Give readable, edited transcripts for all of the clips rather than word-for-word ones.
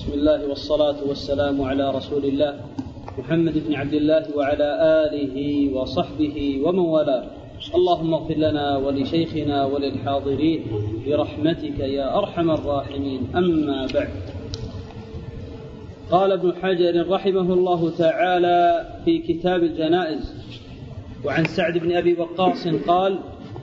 بسم الله والصلاة والسلام على رسول الله محمد بن عبد الله وعلى آله وصحبه ومن والاه. اللهم اغفر لنا ولشيخنا وللحاضرين برحمتك يا أرحم الراحمين. أما بعد، قال ابن حجر رحمه الله تعالى في كتاب الجنائز: وعن سعد بن أبي وقاص قال: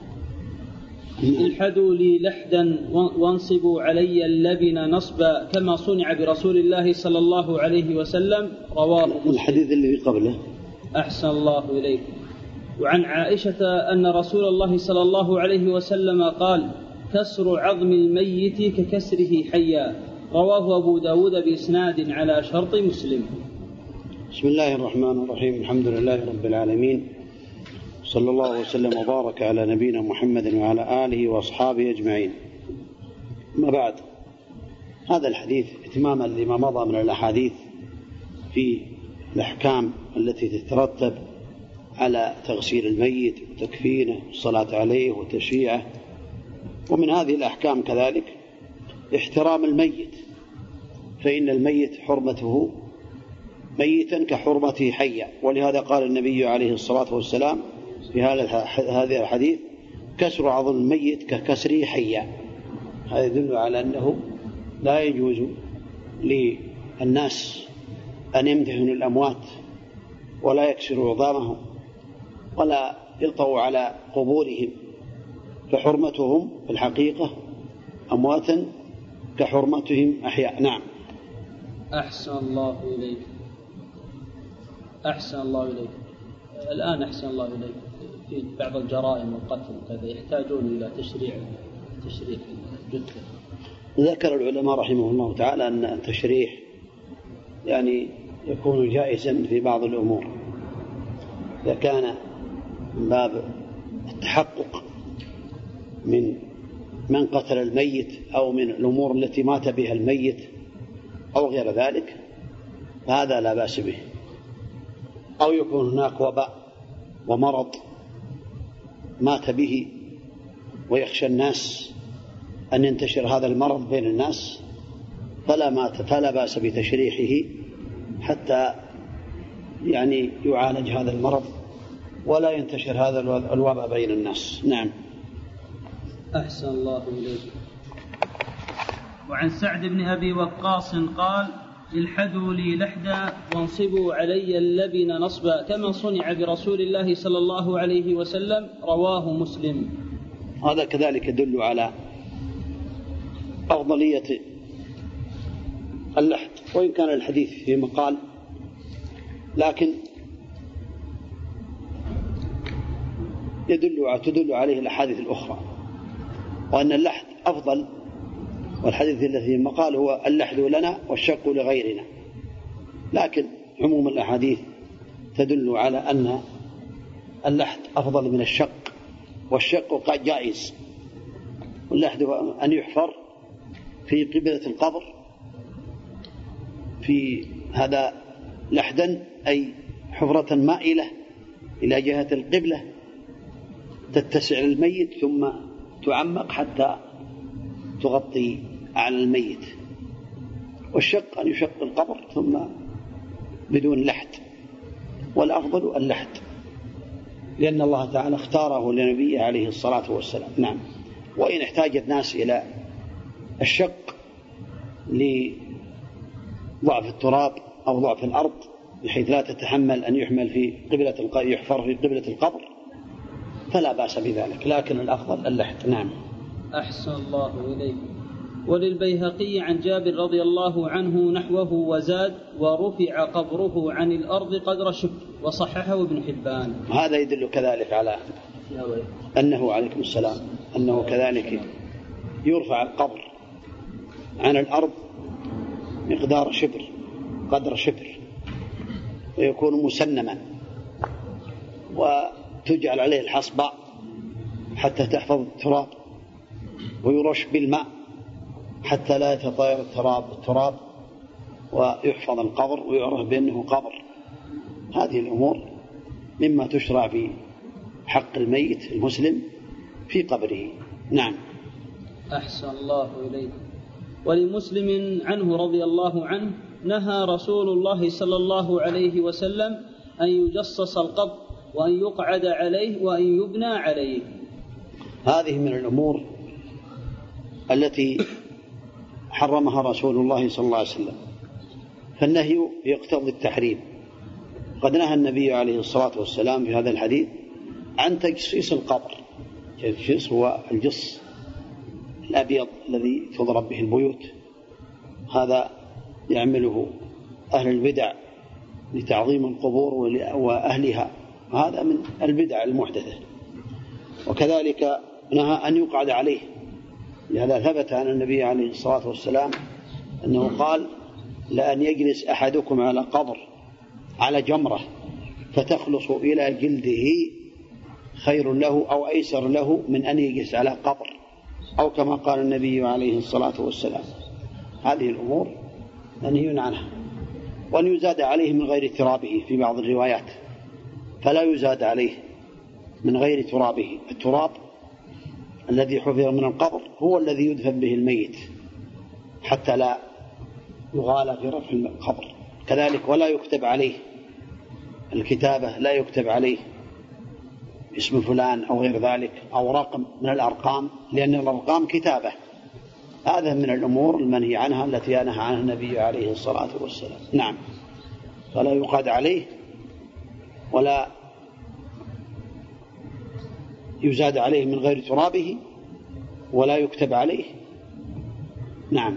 الحدوا لي لحدا وانصبوا علي اللبن نصبا كما صنع برسول الله صلى الله عليه وسلم. رواه مسلم. الحديث اللي قبله. أحسن الله إليك. وعن عائشة أن رسول الله صلى الله عليه وسلم قال: كسر عظم الميت ككسره حيا. رواه أبو داود بإسناد على شرط مسلم. بسم الله الرحمن الرحيم. الحمد لله رب العالمين، صلى الله وسلم وبارك على نبينا محمد وعلى آله وأصحابه أجمعين. ما بعد، هذا الحديث اتماما لما مضى من الأحاديث في الأحكام التي تترتب على تغسيل الميت وتكفينه والصلاة عليه وتشييعه. ومن هذه الأحكام كذلك احترام الميت، فإن الميت حرمته ميتا كحرمته حيا، ولهذا قال النبي عليه الصلاة والسلام في هذا الحديث: كسر عظم الميت ككسره حيا. هذا يدل على أنه لا يجوز للناس أن يمتهنوا الأموات ولا يكسروا عظامهم ولا يلطوا على قبورهم، فحرمتهم في الحقيقة أمواتا كحرمتهم أحياء. نعم. أحسن الله إليك. أحسن الله إليك. الآن أحسن الله إليك، في بعض الجرائم والقتل كذا يحتاجون إلى تشريع جثة. ذكر العلماء رحمه الله تعالى أن التشريح يعني يكون جائزا في بعض الأمور، إذا كان من باب التحقق من قتل الميت أو من الأمور التي مات بها الميت أو غير ذلك، فهذا لا بأس به. أو يكون هناك وباء ومرض مات به ويخشى الناس أن ينتشر هذا المرض بين الناس، فلا بأس بتشريحه حتى يعني يعالج هذا المرض ولا ينتشر هذا الوباء بين الناس. نعم. أحسن الله إليك. وعن سعد بن أبي وقاص قال: الحدوا لي لحدا وانصبوا علي اللبن نصبا كما صنع برسول الله صلى الله عليه وسلم. رواه مسلم. هذا كذلك يدل على أفضلية اللحد، وإن كان الحديث في مقال، لكن تدل عليه الأحاديث الأخرى، وأن اللحد أفضل. والحديث الذي في المقال هو: اللحد لنا والشق لغيرنا. لكن عموم الأحاديث تدل على أن اللحد أفضل من الشق، والشق جائز. واللحد أن يحفر في قبلة القبر، في هذا لحدا أي حفرة مائلة إلى جهة القبلة تتسع الميت ثم تعمق حتى تغطي على الميت. والشق أن يشق القبر ثم بدون لحد، والأفضل اللحد، لأن الله تعالى اختاره لنبيه عليه الصلاة والسلام. نعم. وإن احتاج الناس إلى الشق لضعف التراب أو ضعف الأرض بحيث لا تتحمل أن يحفر في قبلة القبر، فلا بأس بذلك، لكن الأفضل اللحد. نعم. أحسن الله إليك. وللبيهقي عن جابر رضي الله عنه نحوه وزاد: ورفع قبره عن الأرض قدر شبر. وصححه ابن حبان. هذا يدل كذلك على أنه عليكم السلام أنه كذلك يرفع القبر عن الأرض مقدار شبر، قدر شبر، ويكون مسنما، وتجعل عليه الحصبة حتى تحفظ التراب، ويرش بالماء حتى لا يتطاير التراب ويحفظ القبر ويعرف بأنه قبر. هذه الأمور مما تشرع في حق الميت المسلم في قبره. نعم. أحسن الله إليك. ولمسلم عنه رضي الله عنه: نهى رسول الله صلى الله عليه وسلم أن يجصص القبر وأن يقعد عليه وأن يبنى عليه. هذه من الأمور التي حرمها رسول الله صلى الله عليه وسلم، فالنهي يقتضي التحريم. قد نهى النبي عليه الصلاة والسلام في هذا الحديث عن تجصيص القبر. التجصيص هو الجص الأبيض الذي تضرب به البيوت، هذا يعمله أهل البدع لتعظيم القبور وأهلها، هذا من البدع المحدثة. وكذلك نهى أن يقعد عليه، لهذا ثبت عن النبي عليه الصلاة والسلام أنه قال: لأن يجلس أحدكم على قبر على جمرة فتخلص إلى جلده خير له أو أيسر له من أن يجلس على قبر، أو كما قال النبي عليه الصلاة والسلام. هذه الأمور منهي عنها. وأن يزاد عليه من غير ترابه في بعض الروايات، فلا يزاد عليه من غير ترابه. التراب الذي حفر من القبر هو الذي يدفن به الميت حتى لا يغالى في رفع القبر. كذلك ولا يكتب عليه، الكتابة لا يكتب عليه اسم فلان أو غير ذلك أو رقم من الأرقام، لأن الأرقام كتابة. هذا من الأمور المنهي عنها التي نهى عنها النبي عليه الصلاة والسلام. نعم، فلا يقعد عليه ولا يزاد عليه من غير ترابه ولا يكتب عليه. نعم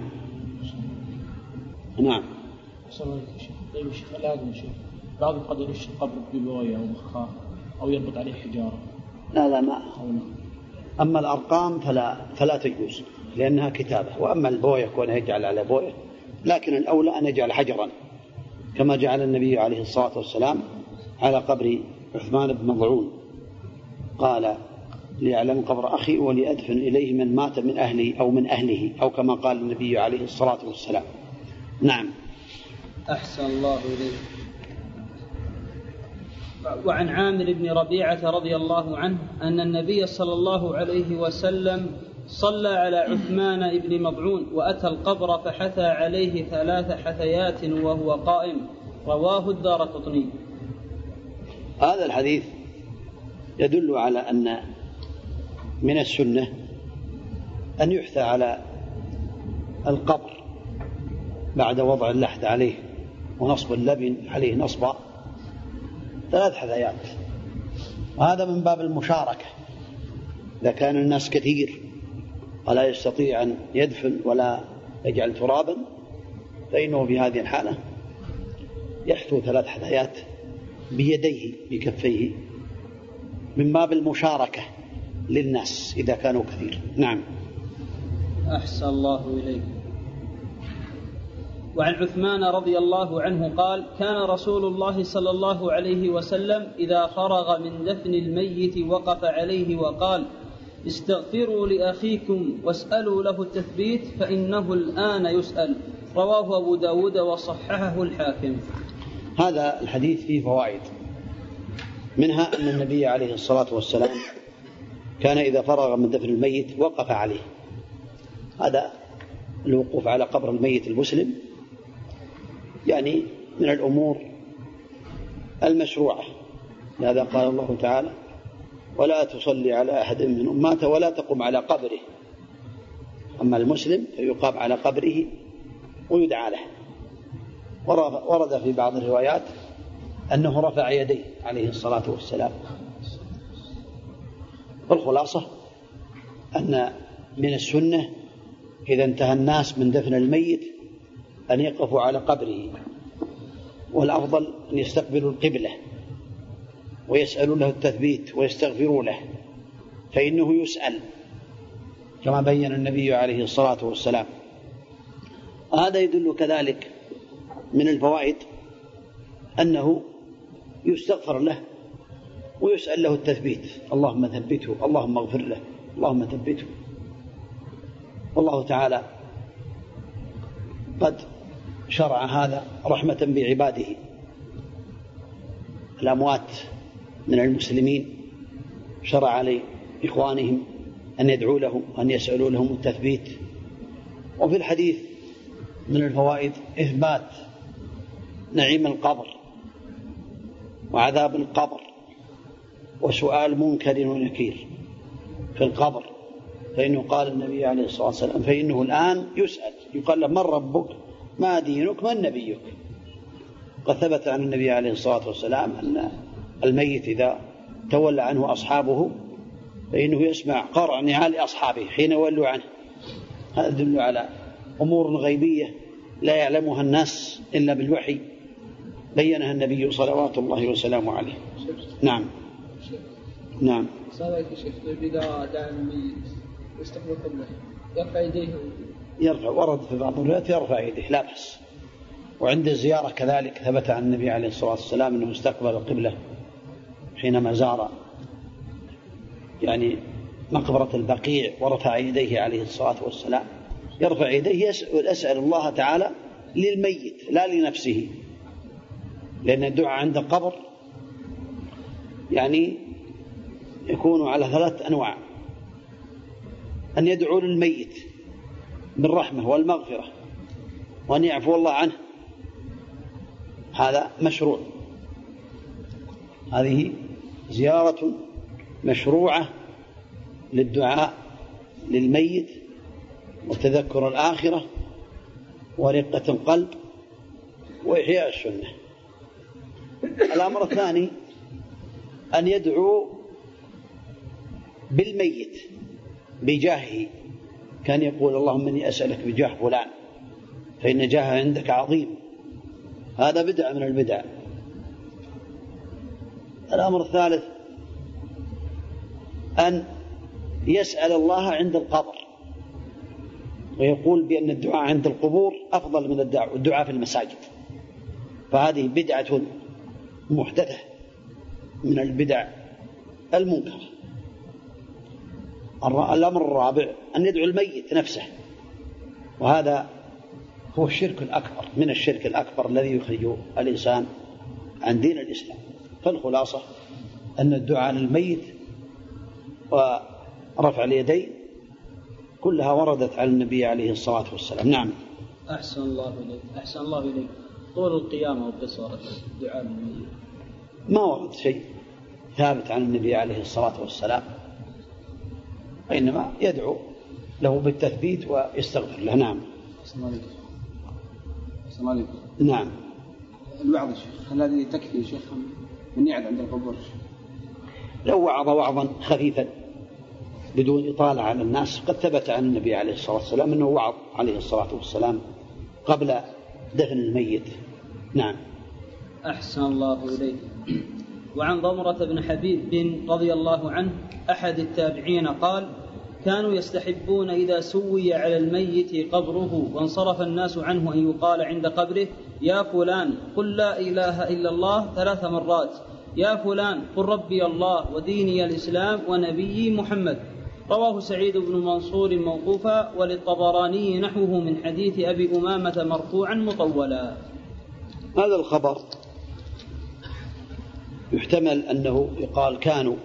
نعم. طيب الشيخ، لازم شيخ بعض قد يرش القبر ببوية أو بخار أو يربط عليه حجارة. لا ما. أما الأرقام فلا تجوز لأنها كتابة. وأما البوية كون يجعل على بوية، لكن الأولى أن يجعل حجرا كما جعل النبي عليه الصلاة والسلام على قبر عثمان بن مضعون، قال: ليعلم قبر أخي وليدفن إليه من مات من أهلي أو من أهله، أو كما قال النبي عليه الصلاة والسلام. نعم. أحسن الله إليك. وعن عامر بن ربيعة رضي الله عنه أن النبي صلى الله عليه وسلم صلى على عثمان بن مضعون وأتى القبر فحثى عليه 3 حثيات وهو قائم. رواه الدارقطني. هذا الحديث يدل على أن من السنة أن يحثى على القبر بعد وضع اللحد عليه ونصب اللبن عليه نصبا 3 حثيات. وهذا من باب المشاركة. إذا كان الناس كثير ولا يستطيع أن يدفن ولا يجعل ترابا، فإنه في هذه الحالة يحثو 3 حثيات بيديه بكفيه من باب المشاركة للناس إذا كانوا كثير. نعم. أحسن الله إليك. وعن عثمان رضي الله عنه قال: كان رسول الله صلى الله عليه وسلم إذا فرغ من دفن الميت وقف عليه وقال: استغفروا لأخيكم واسألوا له التثبيت فإنه الآن يسأل. رواه أبو داود وصححه الحاكم. هذا الحديث فيه فوائد، منها أن النبي عليه الصلاة والسلام كان إذا فرغ من دفن الميت وقف عليه. هذا الوقوف على قبر الميت المسلم يعني من الأمور المشروعة. لهذا قال الله تعالى: ولا تصلي على أحد منهم مات ولا تقم على قبره. أما المسلم فيقام على قبره ويدعى له. ورد في بعض الروايات أنه رفع يديه عليه الصلاة والسلام. والخلاصة أن من السنة إذا انتهى الناس من دفن الميت أن يقفوا على قبره، والأفضل أن يستقبلوا القبلة ويسألوا له التثبيت ويستغفروا له، فإنه يسأل كما بين النبي عليه الصلاة والسلام. هذا يدل كذلك من الفوائد أنه يستغفر له ويسأل له التثبيت: اللهم ثبته، اللهم اغفر له، اللهم ثبته. والله تعالى قد شرع هذا رحمة بعباده الأموات من المسلمين، شرع لإخوانهم أن يدعوا لهم وأن يسألوا لهم التثبيت وفي الحديث من الفوائد إثبات نعيم القبر وعذاب القبر وسؤال منكر ونكير في القبر، فإنه قال النبي عليه الصلاة والسلام فإنه الآن يسأل يقال له من ربك ما دينك من نبيك. قد ثبت عن النبي عليه الصلاة والسلام أن الميت إذا تولى عنه أصحابه فإنه يسمع قرع نعال أصحابه حين يولوا عنه. هذا يدل على أمور غيبية لا يعلمها الناس إلا بالوحي بينها النبي صلوات الله وسلامه عليه. نعم نعم. سألك يا شيخ إذا دعا الميت يستقبل قبله يرفع يديه؟ يرفع، ورد في بعض الروايات يرفع يديه لا بأس. وعند الزيارة كذلك ثبت عن النبي عليه الصلاة والسلام أنه استقبل القبلة حينما زار يعني مقبرة البقيع ورفع يديه عليه الصلاة والسلام. يرفع يديه يسأل الله تعالى للميت لا لنفسه، لأن الدعاء عند القبر يعني يكون على 3 أنواع: أن يدعو للميت بالرحمة والمغفرة وأن يعفو الله عنه، هذا مشروع، هذه زيارة مشروعة للدعاء للميت وتذكر الآخرة ورقة القلب وإحياء السنة. الأمر الثاني أن يدعو بالميت بجاهه، كان يقول اللهم إني أسألك بجاه فلان فإن جاهه عندك عظيم، هذا بدعة من البدع. الأمر الثالث أن يسأل الله عند القبر ويقول بأن الدعاء عند القبور أفضل من الدعاء في المساجد، فهذه بدعة محدثة من البدع المنكرة. الأمر الرابع أن يدعو الميت نفسه، وهذا هو الشرك الأكبر من الشرك الأكبر الذي يخرج الإنسان عن دين الإسلام. فالخلاصة أن الدعاء للميت ورفع اليدين كلها وردت على النبي عليه الصلاة والسلام. نعم. أحسن الله إليك. أحسن الله إليك. طول القيامة والقصر الدعاء للميت ما ورد شيء ثابت عن النبي عليه الصلاة والسلام، وإنما يدعو له بالتثبيت ويستغفر له. نعم. السلام عليكم. نعم. الوعظ يا شيخ هل هذه تكفي يا شيخ من يعد عند القبور؟ لو وعظ وعظا خفيفا بدون إطالة على الناس قد ثبت عن النبي عليه الصلاة والسلام أنه وعظ عليه الصلاة والسلام قبل دفن الميت. نعم. أحسن الله إليك. وعن ضمرة بن حبيب رضي الله عنه أحد التابعين قال: كانوا يستحبون إذا سوي على الميت قبره وانصرف الناس عنه أن يقال عند قبره: يا فلان قل لا إله إلا الله 3 مرات، يا فلان قل ربي الله وديني الإسلام ونبيي محمد. رواه سعيد بن منصور موقوفا، وللطبراني نحوه من حديث أبي أمامة مرفوعا مطولا. هذا الخبر يحتمل أنه يقال كانوا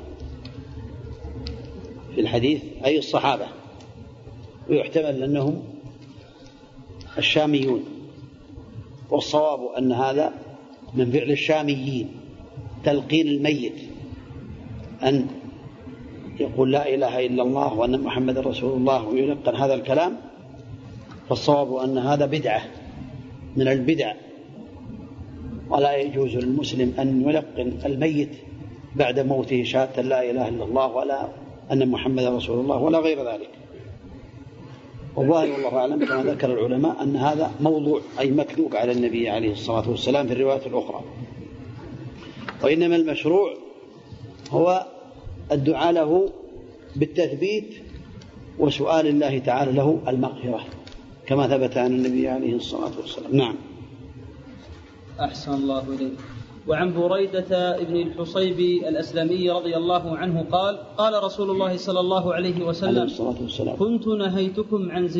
في الحديث أي الصحابة، ويحتمل أنهم الشاميون، والصواب أن هذا من فعل الشاميين، تلقين الميت أن يقول لا إله إلا الله وأن محمد رسول الله ويلقن هذا الكلام، فالصواب أن هذا بدعة من البدع، ولا يجوز للمسلم أن يلقن الميت بعد موته شهادة لا إله إلا الله ولا أن محمد رسول الله ولا غير ذلك. والله والله أعلم كما ذكر العلماء أن هذا موضوع أي مكذوب على النبي عليه الصلاة والسلام في الروايات الأخرى، وإنما المشروع هو الدعاء له بالتثبيت وسؤال الله تعالى له المغفرة كما ثبت عن النبي عليه الصلاة والسلام. نعم. أحسن الله إليك. وعن بريدة ابن الحصيب الأسلمي رضي الله عنه قال: قال رسول الله صلى الله عليه وسلم: كنت نهيتكم عن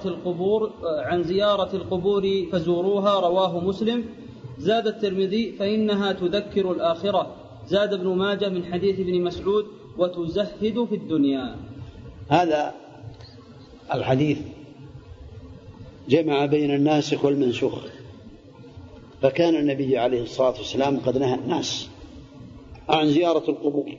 زيارة القبور فزوروها. رواه مسلم. زاد الترمذي: فإنها تذكر الآخرة. زاد ابن ماجه من حديث ابن مسعود: وتزهد في الدنيا. هذا الحديث جمع بين الناسخ والمنسوخ، فكان النبي عليه الصلاة والسلام قد نهى الناس عن زيارة القبور،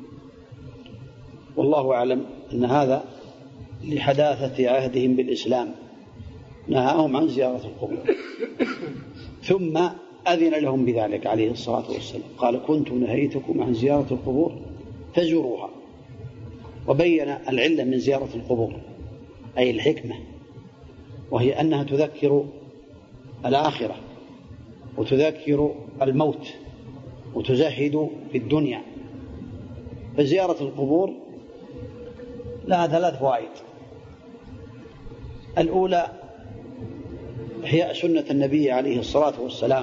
والله أعلم أن هذا لحداثة عهدهم بالإسلام، نهاهم عن زيارة القبور، ثم أذن لهم بذلك عليه الصلاة والسلام، قال كنت نهيتكم عن زيارة القبور فزوروها، وبين العلة من زيارة القبور أي الحكمة، وهي أنها تذكر الآخرة وتذكر الموت وتزهد في الدنيا. فزيارة القبور لها 3 فوائد. الأولى إحياء سنة النبي عليه الصلاة والسلام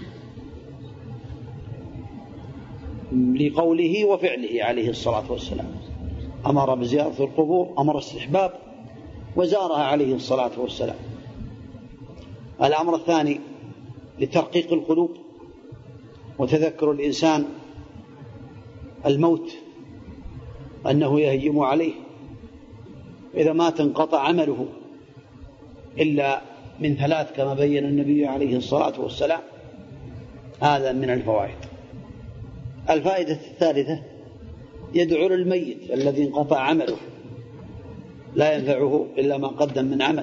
لقوله وفعله عليه الصلاة والسلام، أمر بزيارة القبور، أمر استحباب، وزارها عليه الصلاة والسلام. الأمر الثاني لترقيق القلوب وتذكر الإنسان الموت أنه يهجم عليه، إذا مات انقطع عمله إلا من 3 كما بين النبي عليه الصلاة والسلام. هذا من الفوائد. الفائدة الثالثة يدعو للميت الذي انقطع عمله، لا ينفعه إلا ما قدم من عمل.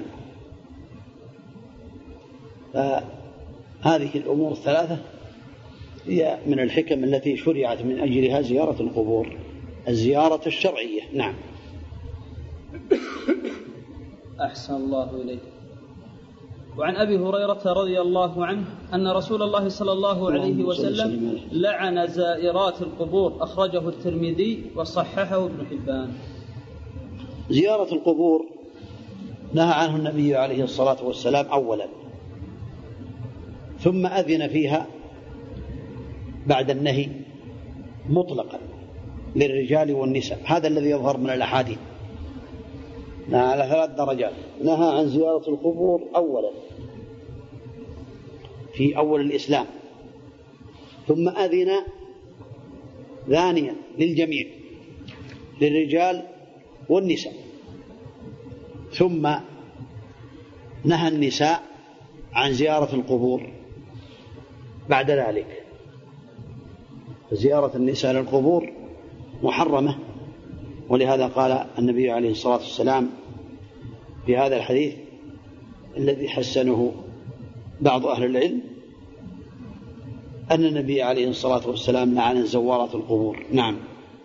فهذه الأمور ال3 هي من الحكم التي شرعت من أجلها زيارة القبور، الزيارة الشرعية. نعم. أحسن الله إليك. وعن أبي هريرة رضي الله عنه أن رسول الله صلى الله عليه وسلم لعن زائرات القبور، أخرجه الترمذي وصححه ابن حبان. زيارة القبور نهى عنه النبي عليه الصلاة والسلام أولا، ثم أذن فيها بعد النهي مطلقا للرجال والنساء. هذا الذي يظهر من الأحاديث. نهى على 3 درجات. نهى عن زيارة القبور أولا في أول الإسلام، ثم أذن ثانيا للجميع للرجال والنساء، ثم نهى النساء عن زيارة القبور بعد ذلك. زيارة النساء للقبور محرمة، ولهذا قال النبي عليه الصلاة والسلام في هذا الحديث الذي حسنه بعض أهل العلم أن النبي عليه الصلاة والسلام لعن زوارات القبور. نعم.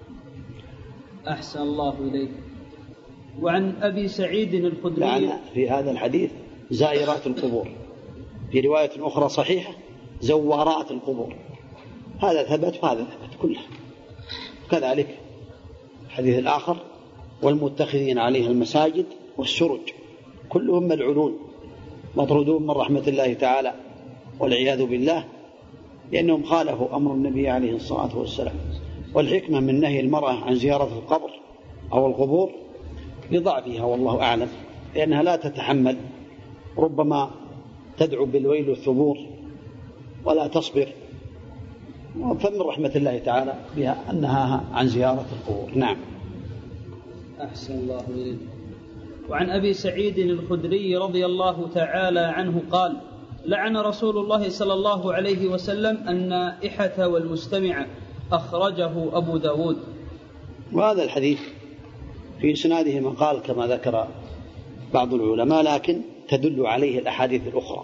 أحسن الله إليك. وعن أبي سعيد الخدري لعن في هذا الحديث زائرات القبور، في رواية أخرى صحيحة زوارات القبور. هذا ثبت وهذا ثبت كله. كذلك الحديث الآخر والمتخذين عليها المساجد والسرج، كلهم ملعونون مطرودون من رحمة الله تعالى والعياذ بالله، لأنهم خالفوا أمر النبي عليه الصلاة والسلام. والحكمة من نهي المرأة عن زيارة القبر أو القبور لضعفها والله أعلم، لأنها لا تتحمل، ربما تدعو بالويل والثبور ولا تصبر، فمن رحمة الله تعالى بها أنها عن زيارة القبور. نعم. أحسن الله إليك. وعن أبي سعيد الخدري رضي الله تعالى عنه قال: لعن رسول الله صلى الله عليه وسلم النائحة والمستمعة، أخرجه أبو داود. وهذا الحديث في إسناده مقال كما ذكر بعض العلماء، لكن تدل عليه الأحاديث الأخرى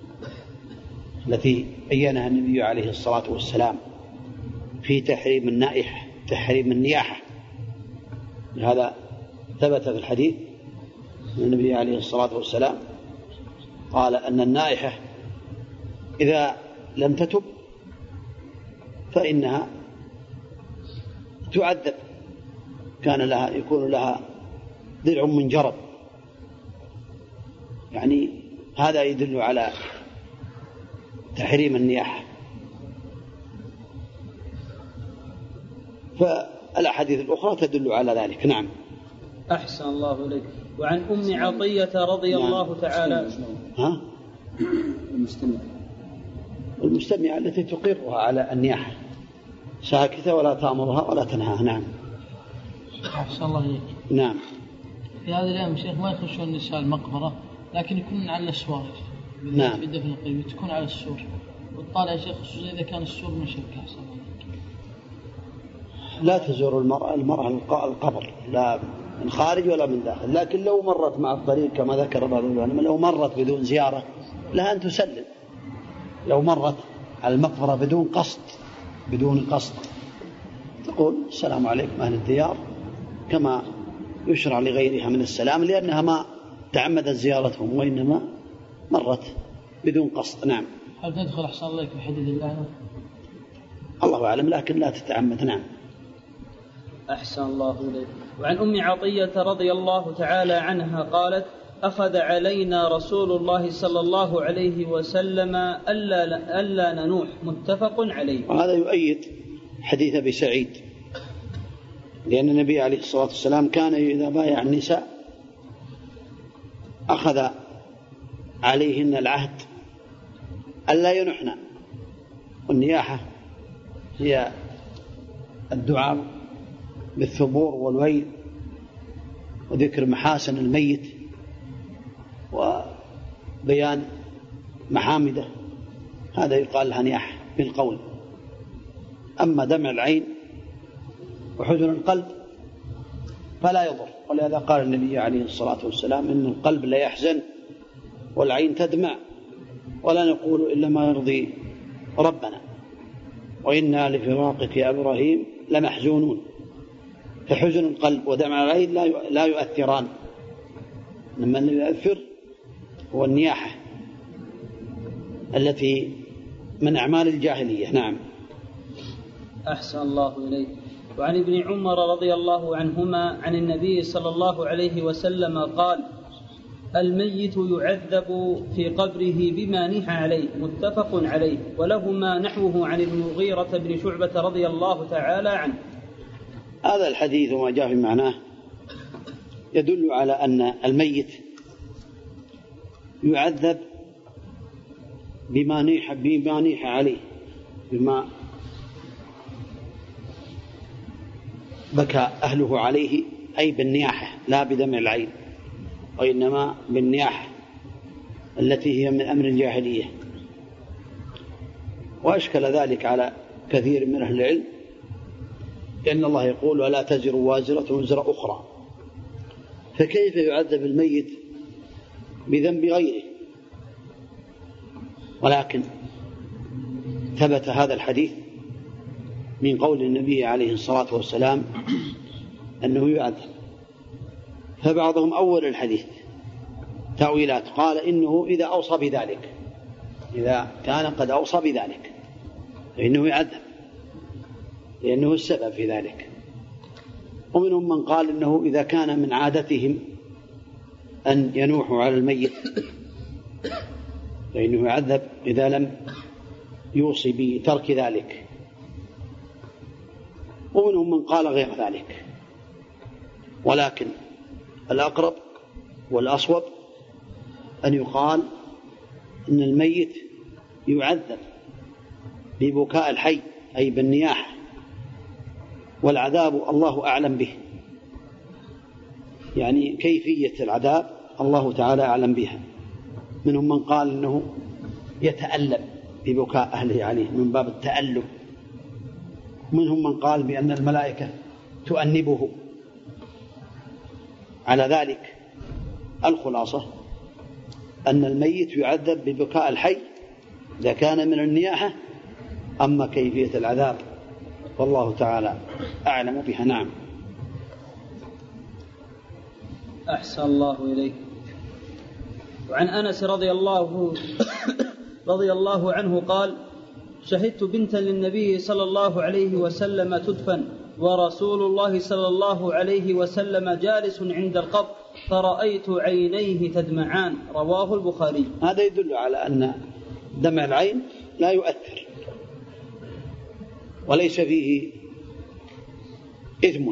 التي بينها النبي عليه الصلاة والسلام في تحريم النائحة، تحريم النياحة. هذا ثبت في الحديث أن النبي عليه الصلاة والسلام قال أن النائحة إذا لم تتب فإنها تعذب، يكون لها ضلع من جرب. يعني هذا يدل على تحريم النياحة. فالأحاديث الأخرى تدل على ذلك. نعم. أحسن الله إليك. وعن أم عطية رضي الله تعالى المستمعة التي تقرها على النياحة، ساكتة ولا تأمرها ولا تنهاها. نعم. أحسن الله إليك. نعم. في هذا الأيام شيخ ما يخشون النساء المقبرة لكن يكون على السور. نعم. بدفن القيم تكون على السور. والطالع يا شيخ خصوصا إذا كان السور مشبكة. لا تزور المرأة القبر لا من خارج ولا من داخل، لكن لو مرت مع الطريق كما ذكر بعض العلماء لو مرت بدون زيارة لها أن تسلم. لو مرت على المقبرة بدون قصد تقول السلام عليكم أهل الديار كما يشرع لغيرها من السلام، لأنها ما تعمدت زيارتهم وإنما مرت بدون قصد. نعم. هل تدخل أحسن الله في حدود الله؟ الله أعلم، لكن لا تتعمد. نعم. أحسن الله إليك. وعن أم عطية رضي الله تعالى عنها قالت: أخذ علينا رسول الله صلى الله عليه وسلم ألا ننوح، متفق عليه. وهذا يؤيد حديث أبي سعيد، لأن النبي عليه الصلاة والسلام كان إذا بايع النساء أخذ عليهن العهد ألا ينحن. والنياحة هي الدعاء بالثبور والويل وذكر محاسن الميت وبيان محامده، هذا يقال لها نياحة بالقول. أما دمع العين وحزن القلب فلا يضر، ولهذا قال النبي عليه الصلاة والسلام إن القلب لا يحزن والعين تدمع ولا نقول إلا ما يرضي ربنا، وإنا لفراقك يا إبراهيم لمحزونون. فحزن القلب ودمع العين لا يؤثران، إنما الذي يؤثر هو النياحة التي من أعمال الجاهلية. نعم. أحسن الله إليك. وعن ابن عمر رضي الله عنهما عن النبي صلى الله عليه وسلم قال: الميت يعذب في قبره بما نيح عليه، متفق عليه. ولهما نحوه عن المغيرة بن شعبة رضي الله تعالى عنه. هذا الحديث وما جاء في معناه يدل على أن الميت يعذب بما نيح عليه، بما بكى أهله عليه، أي بالنياحة لا بدمع العين، وإنما بالنياحة التي هي من أمر الجاهلية. وأشكل ذلك على كثير من أهل العلم، لأن الله يقول: ولا تزر وازرة وزر أخرى. فكيف يعذب الميت بذنب غيره؟ ولكن ثبت هذا الحديث من قول النبي عليه الصلاة والسلام أنه يعذب. فبعضهم أول الحديث تأويلات، قال إنه إذا أوصى بذلك، إذا كان قد أوصى بذلك فإنه يعذب لأنه السبب في ذلك. ومنهم من قال إنه إذا كان من عادتهم أن ينوحوا على الميت فإنه يعذب إذا لم يوصي بترك ذلك. ومنهم من قال غير ذلك، ولكن الأقرب والأصوب أن يقال إن الميت يعذب ببكاء الحي، أي بالنياحة، والعذاب الله أعلم به، يعني كيفية العذاب الله تعالى أعلم بها. منهم من قال إنه يتألم ببكاء أهله عليه من باب التألم. منهم من قال بأن الملائكة تؤنبه على ذلك. الخلاصة أن الميت يعذب ببكاء الحي إذا كان من النياحة، أما كيفية العذاب والله تعالى أعلم بها. نعم. أحسن الله إليك. وعن أنس رضي الله عنه قال: شهدت بنتا للنبي صلى الله عليه وسلم تدفن ورسول الله صلى الله عليه وسلم جالس عند القبر فرأيت عينيه تدمعان، رواه البخاري. هذا يدل على أن دمع العين لا يؤثر وليس فيه إثم،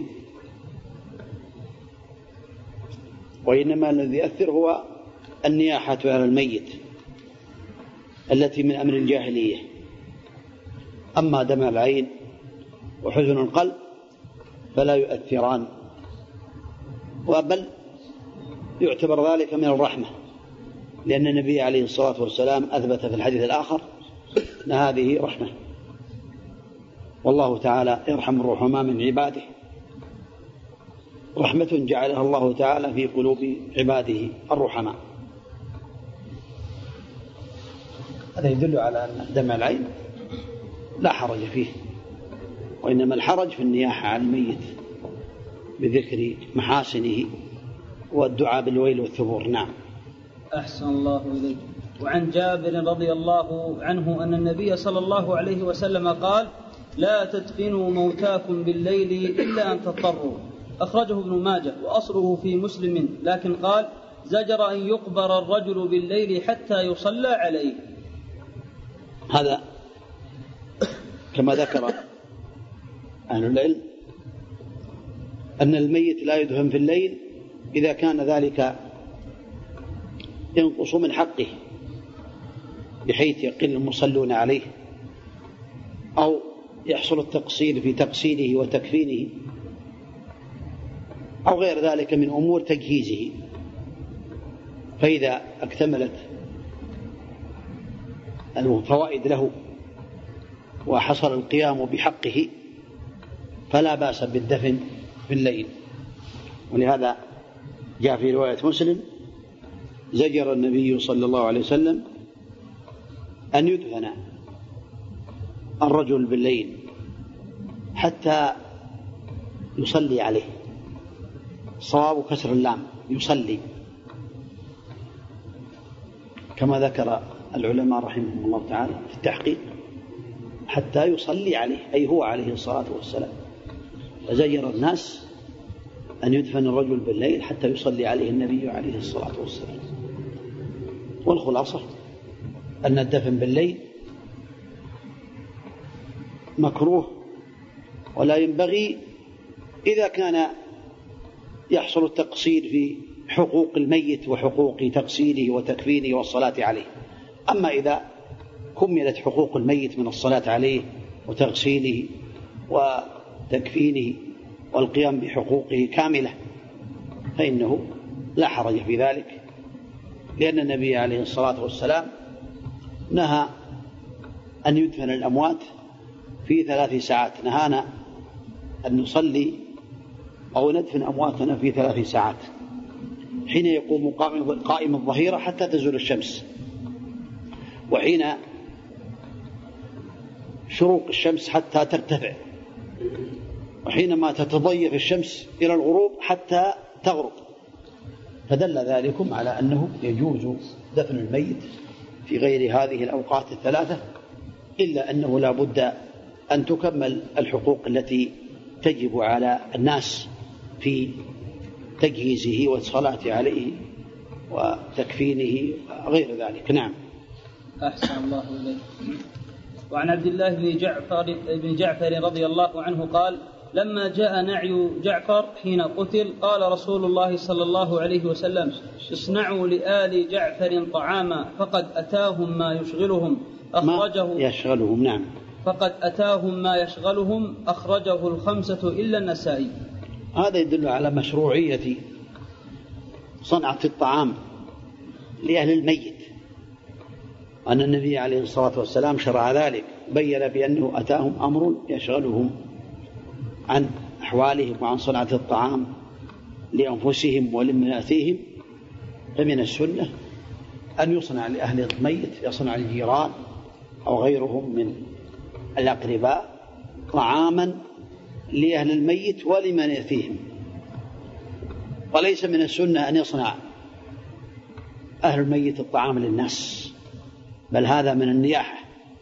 وإنما الذي يؤثر هو النياحة على الميت التي من أمر الجاهلية. أما دمع العين وحزن القلب فلا يؤثران، وبل يعتبر ذلك من الرحمة لأن النبي عليه الصلاة والسلام أثبت في الحديث الآخر أن هذه رحمة، والله تعالى يرحم الرحماء من عباده، رحمة جعلها الله تعالى في قلوب عباده الرحماء. هذا يدل على أن دمع العين لا حرج فيه، وإنما الحرج في النياحة على الميت بذكر محاسنه والدعاء بالويل والثبور. نعم. أحسن الله إليك. وعن جابر رضي الله عنه أن النبي صلى الله عليه وسلم قال: لا تدفنوا موتاكم بالليل إلا أن تضطروا. أخرجه ابن ماجه وأصله في مسلم، لكن قال: زجر أن يقبر الرجل بالليل حتى يصلى عليه. هذا كما ذكر أهل العلم أن الميت لا يدفن في الليل إذا كان ذلك ينقص من حقه بحيث يقل المصلون عليه، أو يحصل التقصير في تقصيره وتكفينه، أو غير ذلك من أمور تجهيزه. فإذا اكتملت الفوائد له وحصل القيام بحقه فلا بأس بالدفن في الليل. ولهذا جاء في رواية مسلم: زجر النبي صلى الله عليه وسلم أن يدفن الرجل بالليل حتى يصلي عليه. صواب كسر اللام، يصلي، كما ذكر العلماء رحمهم الله تعالى في التحقيق، حتى يصلي عليه، أي هو عليه الصلاة والسلام. فزجر الناس أن يدفن الرجل بالليل حتى يصلي عليه النبي عليه الصلاة والسلام. والخلاصة أن الدفن بالليل مكروه، ولا ينبغي إذا كان يحصل التقصير في حقوق الميت وحقوق تغسيله وتكفينه والصلاة عليه. أما إذا كملت حقوق الميت من الصلاة عليه وتغسيله وتكفينه والقيام بحقوقه كاملة فإنه لا حرج في ذلك، لأن النبي عليه الصلاة والسلام نهى أن يدفن الأموات في 3 ساعات. نهانا أن نصلي أو ندفن أمواتنا في 3 ساعات، حين يقوم قائم الظهيرة حتى تزول الشمس، وحين شروق الشمس حتى ترتفع، وحينما تتضيف الشمس إلى الغروب حتى تغرب. فدل ذلكم على أنه يجوز دفن الميت في غير هذه الأوقات ال3، إلا أنه لا بد أن تكمل الحقوق التي تجب على الناس في تجهيزه والصلاة عليه وتكفينه وغير ذلك. نعم. أحسن الله إليك. وعن عبد الله بن جعفر رضي الله عنه قال: لما جاء نعي جعفر حين قتل قال رسول الله صلى الله عليه وسلم: اصنعوا لآل جعفر طعاما فقد أتاهم ما يشغلهم. يشغلهم. نعم. فقد أتاهم ما يشغلهم. أخرجه 5 إلا النسائي. هذا يدل على مشروعية صنعة الطعام لأهل الميت، أن النبي عليه الصلاة والسلام شرع ذلك، بين بأنه أتاهم أمر يشغلهم عن أحوالهم وعن صنعة الطعام لأنفسهم ولمناثيهم. فمن السنة أن يصنع لأهل الميت، يصنع الجيران أو غيرهم من الأقرباء طعاما لأهل الميت ولمناثيهم. وليس من السنة أن يصنع أهل الميت الطعام للناس، بل هذا من النياحة.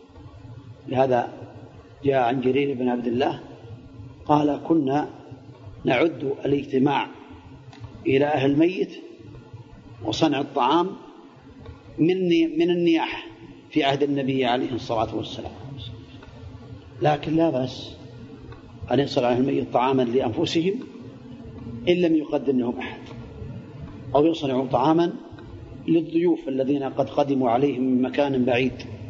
لهذا جاء عن جرير بن عبد الله قال: كنا نعد الاجتماع إلى أهل الميت وصنع الطعام من النياحة في عهد النبي عليه الصلاة والسلام. لكن لا بأس أن يصنع أهل الميت طعاما لأنفسهم إن لم يقدم لهم أحد، أو يصنعوا طعاما للضيوف الذين قد قدموا عليهم من مكان بعيد،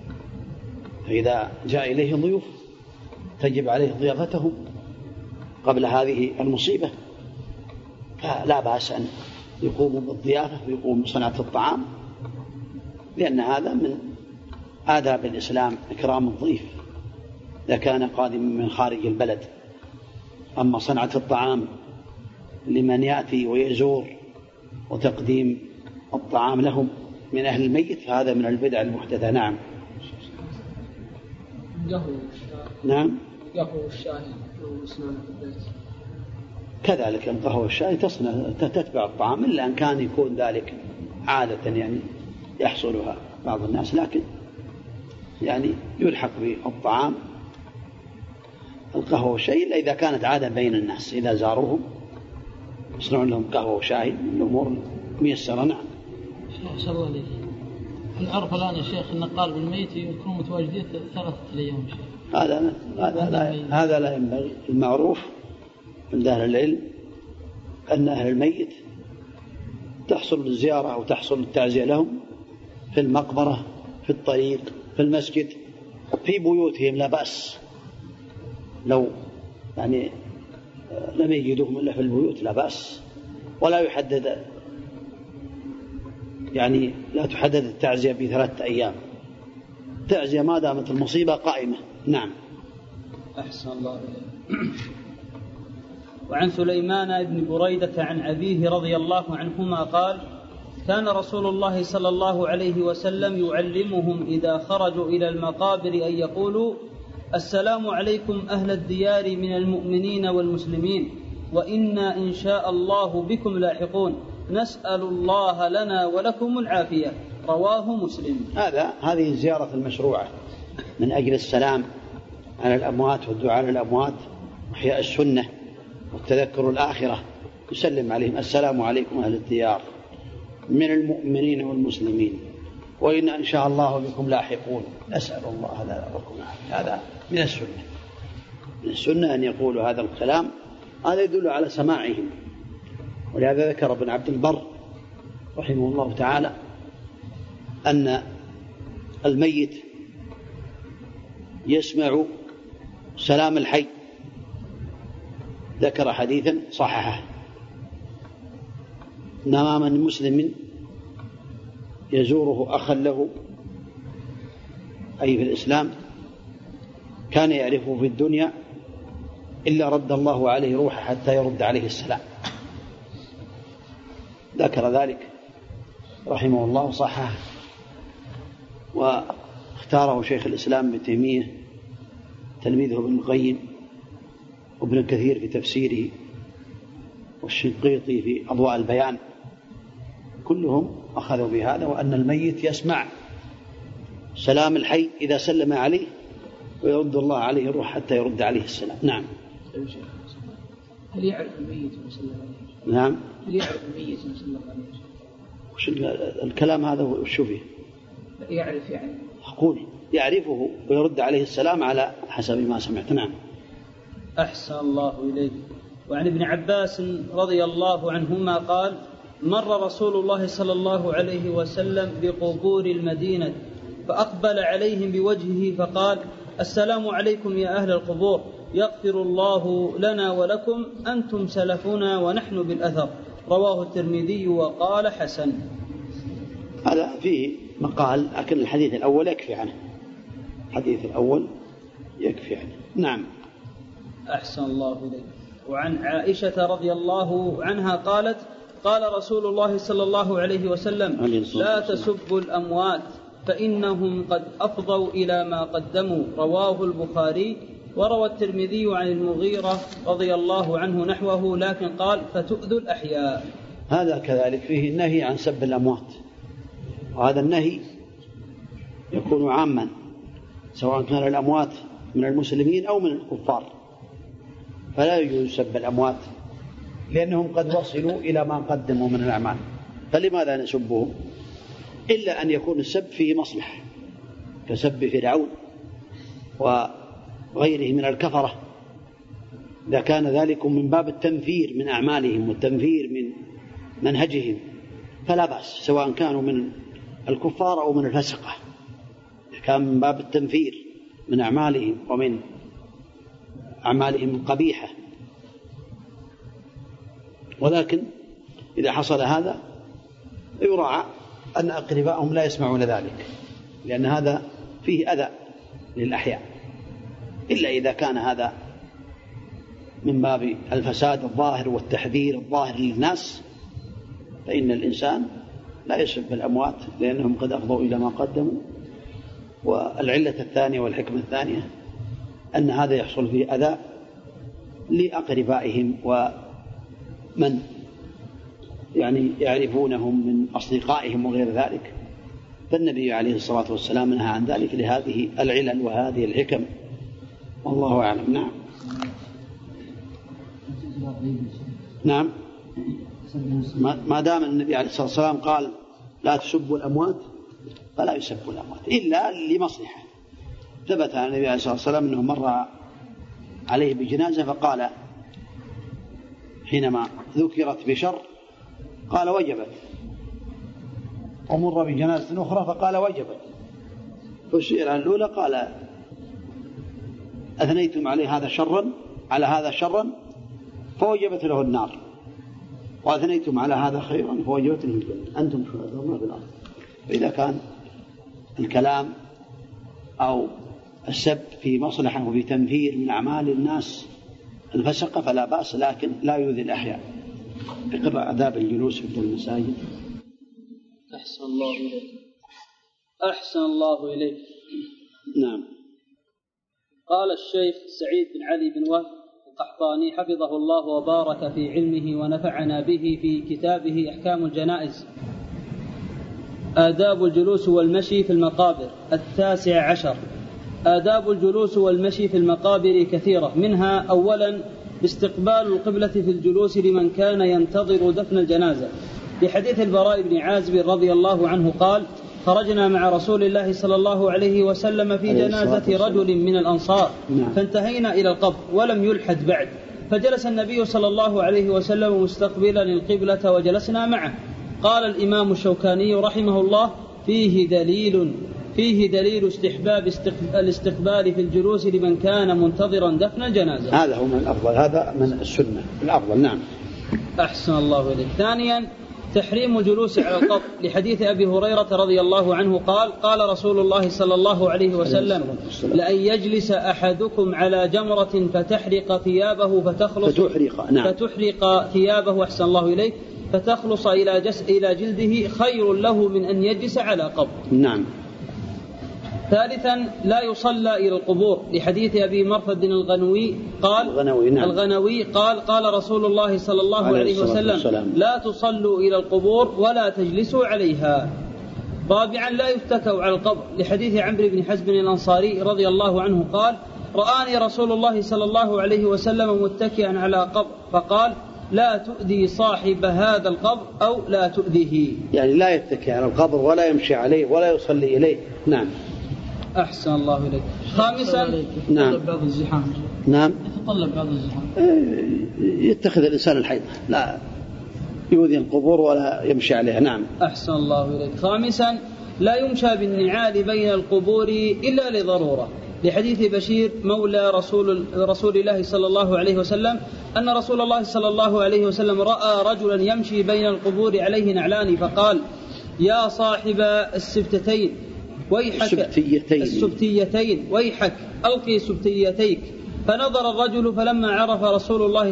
فإذا جاء إليهم ضيوف تجب عليه ضيافتهم قبل هذه المصيبة، فلا بأس أن يقوموا بالضيافة ويقوموا بصنعة الطعام لأن هذا من آداب الإسلام إكرام الضيف إذا كان قادما من خارج البلد. أما صنعة الطعام لمن يأتي ويزور وتقديم الطعام لهم من أهل الميت فهذا من البدع المحدثة. نعم. نعم. قهوة الشاي وسنان البيت كذلك القهوة والشاي تتبع الطعام إلا أن كان يكون ذلك عادة يعني يحصلها بعض الناس، لكن يعني يلحق بالطعام القهوة والشاي إلا إذا كانت عادة بين الناس، إذا زاروهم يصنعون لهم قهوة وشاي من الأمور ميسرة. نعم. شيخ الله عليك، نعرف الآن يا شيخ أن قارب الميت يكونوا متواجدين 3 أيام. هذا لا ينبغي. المعروف عند أهل العلم أن أهل الميت تحصل الزيارة أو تحصل التعزية لهم في المقبرة، في الطريق، في المسجد، في بيوتهم لا بأس. لو يعني لم يجدوهم إلا في البيوت لا بأس، ولا يحدد يعني لا تحدد التعزية ب3 أيام. التعزية ما دامت المصيبة قائمة. نعم. أحسن الله إليك. وعن سليمان بن بريدة عن أبيه رضي الله عنهما قال: كان رسول الله صلى الله عليه وسلم يعلمهم إذا خرجوا إلى المقابر أن يقولوا: السلام عليكم أهل الديار من المؤمنين والمسلمين، وإنا إن شاء الله بكم لاحقون، نسأل الله لنا ولكم العافية. رواه مسلم. هذه الزيارة المشروعة من أجل السلام على الأموات والدعاء على الأموات وإحياء السنة والتذكر الآخرة. يسلم عليهم: السلام عليكم أهل الديار من المؤمنين والمسلمين، وإن إن شاء الله بكم لاحقون، نسأل الله لنا ولكم العافية. هذا من السنة. من السنة أن يقولوا هذا الكلام. هذا يدل على سماعهم. ولهذا ذكر ابن عبد البر رحمه الله تعالى أن الميت يسمع سلام الحي. ذكر حديثا صححه: إنما من مسلم يزوره أخا له، أي في الإسلام، كان يعرفه في الدنيا إلا رد الله عليه روحه حتى يرد عليه السلام. ذكر ذلك رحمه الله صححه، واختاره شيخ الإسلام ابن تيمية تلميذه ابن القيم وابن كثير في تفسيره والشنقيطي في أضواء البيان، كلهم أخذوا بهذا، وأن الميت يسمع سلام الحي إذا سلم عليه ويرد الله عليه الروح حتى يرد عليه السلام. نعم. هل يعرف الميت وسلم عليه؟ نعم. هل يعرف الميت وسلم عليه؟ وش الكلام هذا وش فيه؟ يعرف يعني. أقول يعرفه ويرد عليه السلام على حسب ما سمعت. نعم. أحسن الله إليك. وعن ابن عباس رضي الله عنهما قال: مر رسول الله صلى الله عليه وسلم بقبور المدينة فأقبل عليهم بوجهه فقال: السلام عليكم يا أهل القبور، يغفر الله لنا ولكم، أنتم سلفنا ونحن بالأثر. رواه الترمذي وقال حسن. هذا فيه مقال، لكن الحديث الأول يكفي عنه. الحديث الأول يكفي عنه. نعم. أحسن الله إليك. وعن عائشة رضي الله عنها قالت: قال رسول الله صلى الله عليه وسلم: لا تسبوا الأموات فإنهم قد أفضوا إلى ما قدموا. رواه البخاري. وروى الترمذي عن المغيرة رضي الله عنه نحوه، لكن قال: فتؤذوا الأحياء. هذا كذلك فيه النهي عن سب الأموات، وهذا النهي يكون عاما سواء كان الأموات من المسلمين أو من الكفار، فلا يجوز سب الأموات لأنهم قد وصلوا إلى ما قدموا من الأعمال، فلماذا نسبهم؟ إلا أن يكون السب فيه مصلحة كسب فرعون وغيره من الكفرة، إذا كان ذلك من باب التنفير من أعمالهم والتنفير من منهجهم فلا بأس، سواء كانوا من الكفار أو من الفسقة، كان من باب التنفير من أعمالهم ومن أعمالهم القبيحة. ولكن إذا حصل هذا يراعى أن أقربائهم لا يسمعون ذلك، لأن هذا فيه أذى للأحياء، إلا إذا كان هذا من باب الفساد الظاهر والتحذير الظاهر للناس، فإن الإنسان لا يسب الأموات لأنهم قد أفضوا إلى ما قدموا. والعلة الثانية والحكمة الثانية أن هذا يحصل فيه أذى لأقربائهم ومن يعني يعرفونهم من أصدقائهم وغير ذلك، فالنبي عليه الصلاة والسلام نهى عن ذلك لهذه العلل وهذه الحكم، والله أعلم. نعم. نعم، ما دام النبي عليه الصلاة والسلام قال لا تسبوا الأموات فلا يسبوا الأموات إلا لمصلحة. ثبت عن النبي عليه الصلاة والسلام أنه مر عليه بجنازة فقال حينما ذكرت بشر قال وجبت، ومر بجنازة أخرى فقال وجبت، فسئل عن الأولى قال أثنيتم عليه هذا شرا على هذا شرا فوجبت له النار، وأثنيتم على هذا خيرا فوجبت له الجنة، أنتم شهداء الله في الأرض. فإذا كان الكلام أو السب في مصلحة وفي تنفير من أعمال الناس الفسقة فلا بأس، لكن لا يؤذي الأحياء بقضاء عذاب الجلوس في المساجد. أحسن الله إليك. أحسن الله إليك. نعم. قال الشيخ سعيد بن علي بن وهب القحطاني حفظه الله وبارك في علمه ونفعنا به في كتابه أحكام الجنائز: آداب الجلوس والمشي في المقابر. 19. آداب الجلوس والمشي في المقابر كثيرة، منها أولا استقبال القبلة في الجلوس لمن كان ينتظر دفن الجنازة، لحديث البراء بن عازب رضي الله عنه قال: خرجنا مع رسول الله صلى الله عليه وسلم في جنازة رجل من الأنصار فانتهينا إلى القبر ولم يلحد بعد، فجلس النبي صلى الله عليه وسلم مستقبلا القبلة وجلسنا معه. قال الإمام الشوكاني رحمه الله: فيه دليل استحباب الاستقبال في الجلوس لمن كان منتظرا دفن الجنازة. هذا هو من الأفضل، هذا من السنة الأفضل. نعم. أحسن الله إليك. ثانيا تحريم الجلوس على القبر، لحديث أبي هريرة رضي الله عنه قال: قال رسول الله صلى الله عليه وسلم: لأن يجلس أحدكم على جمرة فتحرق ثيابه فتحرق ثيابه أحسن الله إليك فتخلص إلى جلده خير له من أن يجلس على قبر. نعم. ثالثا لا يصلى إلى القبور، لحديث أبي مرثد الغنوي قال: قال رسول الله صلى الله عليه وسلم: لا تصلوا إلى القبور ولا تجلسوا عليها. رابعا لا يتكوا على القبر، لحديث عمرو بن حزم الأنصاري رضي الله عنه قال: رآني رسول الله صلى الله عليه وسلم متكئا على قبر فقال: لا تؤذي صاحب هذا القبر أو لا تؤذيه، يعني لا يتكئ على القبر ولا يمشي عليه ولا يصلي إليه. نعم. أحسن الله إليك. خامسا نعم. بعض الزحام. نعم. يتطلب بعض الزحام. يتخذ الإنسان الحيضة، لا يؤذي القبور ولا يمشي عليها. نعم. أحسن الله إليك. خامسا لا يمشى بالنعال بين القبور إلا لضرورة، لحديث بشير مولى رسول الله صلى الله عليه وسلم أن رسول الله صلى الله عليه وسلم رأى رجلا يمشي بين القبور عليه نعلان فقال: يا صاحب السبتتين ويحك ألقي سبتيتيك. فنظر الرجل فلما عرف رسول الله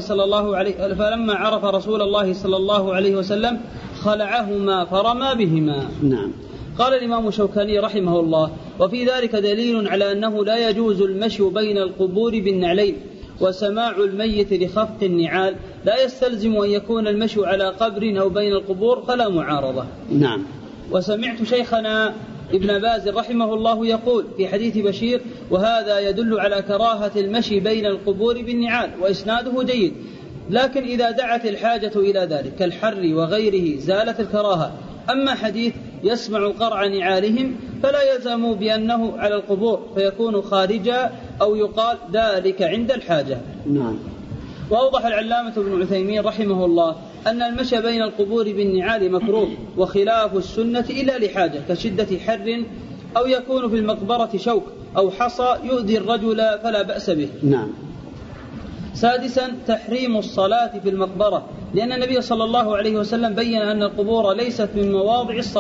صلى الله عليه وسلم خلعهما فرمى بهما. نعم. قال الإمام الشوكاني رحمه الله: وفي ذلك دليل على أنه لا يجوز المشي بين القبور بالنعلين، وسماع الميت لخفق النعال لا يستلزم أن يكون المشي على قبر أو بين القبور، فلا معارضة. نعم. وسمعت شيخنا ابن باز رحمه الله يقول في حديث بشير: وهذا يدل على كراهة المشي بين القبور بالنعال، وإسناده جيد، لكن إذا دعت الحاجة إلى ذلك كالحر وغيره زالت الكراهة. أما حديث يسمع قرع نعالهم فلا يلزم بأنه على القبور فيكون خارجا، أو يقال ذلك عند الحاجة. نعم. وأوضح العلامة ابن عثيمين رحمه الله أن المشي بين القبور بالنعال مكروه، وخلاف السنة إلا لحاجة كشدة حر، أو يكون في المقبرة شوك أو حصى يؤذي الرجل فلا بأس به. نعم. سادسا تحريم الصلاة في المقبرة، لأن النبي صلى الله عليه وسلم بين أن القبور ليست من مواضع الصلاة،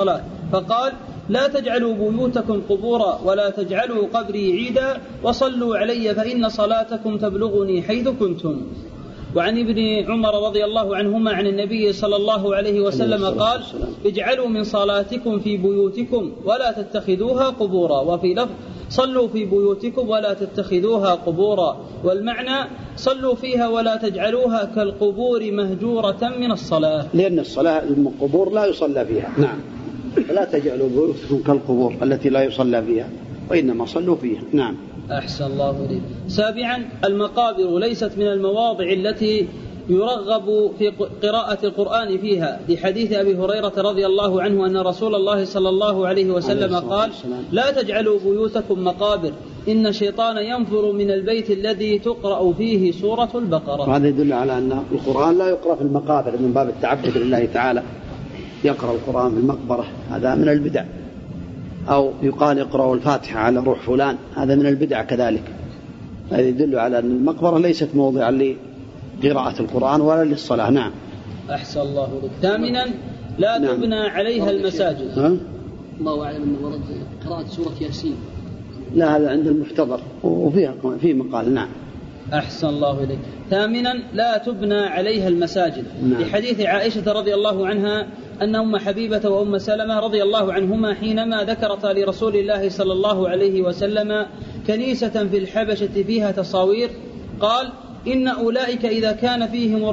فقال: لا تجعلوا بيوتكم قبورا ولا تجعلوا قبري عيدا وصلوا علي فإن صلاتكم تبلغني حيث كنتم. وعن ابن عمر رضي الله عنهما عن النبي صلى الله عليه وسلم قال: اجعلوا من صلاتكم في بيوتكم ولا تتخذوها قبورا. وفي لفظ: صلوا في بيوتكم ولا تتخذوها قبورا. والمعنى: صلوا فيها ولا تجعلوها كالقبور مهجورة من الصلاة، لأن الصلاة القبور لا يصلى فيها. نعم. فلا تجعلوا بيوتكم كالقبور التي لا يصلى فيها، وإنما صلوا فيها. نعم. أحسن الله إليك. سابعا: المقابر ليست من المواضع التي يرغب في قراءة القرآن فيها، لحديث أبي هريرة رضي الله عنه أن رسول الله صلى الله عليه وسلم قال: لا تجعلوا بيوتكم مقابر، إن الشيطان ينفر من البيت الذي تقرأ فيه سورة البقرة. وهذا يدل على أن القرآن لا يقرأ في المقابر من باب التعبد لله تعالى. يقرأ القرآن في المقبرة هذا من البدع، أو يقال اقرأوا الفاتحة على روح فلان، هذا من البدع كذلك. هذا يدل على أن المقبرة ليست موضعا لقراءة القرآن ولا للصلاة. نعم. أحسن الله لك. ثامنا: لا تبنى عليها المساجد. الله أعلم أنه ورد قراءة سورة ياسين. لا، هذا عند المحتضر وفيها في مقال. نعم. أحسن الله إليك. ثامنا: لا تبنى عليها المساجد. نعم. لحديث عائشة رضي الله عنها أن أم حبيبة وأم سلمة رضي الله عنهما حينما ذكرتا لرسول الله صلى الله عليه وسلم كنيسة في الحبشة فيها تصاوير، قال: إن أولئك إذا كان فيهم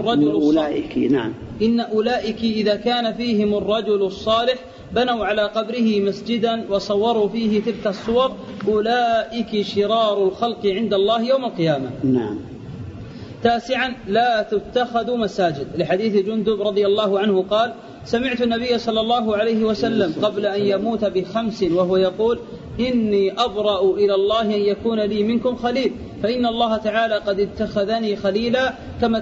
الرجل الصالح بنوا على قبره مسجدا وصوروا فيه تلك الصور، أولئك شرار الخلق عند الله يوم القيامة. نعم. تاسعا: لا تتخذوا مساجد، لحديث جندب رضي الله عنه قال: سمعت النبي صلى الله عليه وسلم قبل أن يموت ب5 وهو يقول: إني أبرأ إلى الله أن يكون لي منكم خليل، فإن الله تعالى قد اتخذني خليلا كما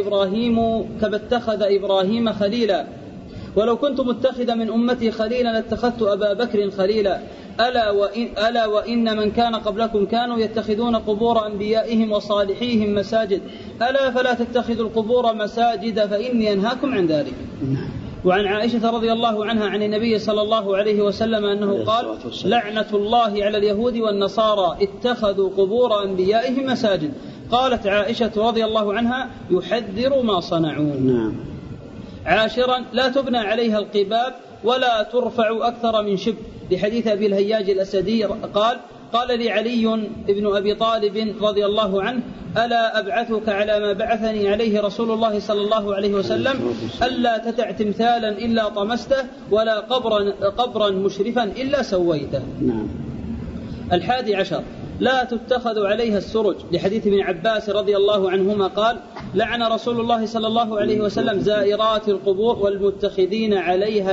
اتخذ إبراهيم خليلا، ولو كنت متخذا من أمتي خليلا لاتخذت أبا بكر خليلا، ألا وإن من كان قبلكم كانوا يتخذون قبور أنبيائهم وصالحيهم مساجد، ألا فلا تتخذوا القبور مساجد فإني أنهاكم عن ذلك. وعن عائشة رضي الله عنها عن النبي صلى الله عليه وسلم أنه قال: لعنة الله على اليهود والنصارى اتخذوا قبور أنبيائهم مساجد. قالت عائشة رضي الله عنها: يحذر ما صنعون. عاشرا: لا تبنى عليها القباب ولا ترفع أكثر من شبر، لحديث أبي الهياج الأسدي قال لي علي بن أبي طالب رضي الله عنه: ألا أبعثك على ما بعثني عليه رسول الله صلى الله عليه وسلم، ألا تدع تمثالا إلا طمسته ولا قبرا مشرفا إلا سويته. 11: لا تتخذ عليها السرج، لحديث ابن عباس رضي الله عنهما قال: لعن رسول الله صلى الله عليه وسلم زائرات القبور والمتخذين عليها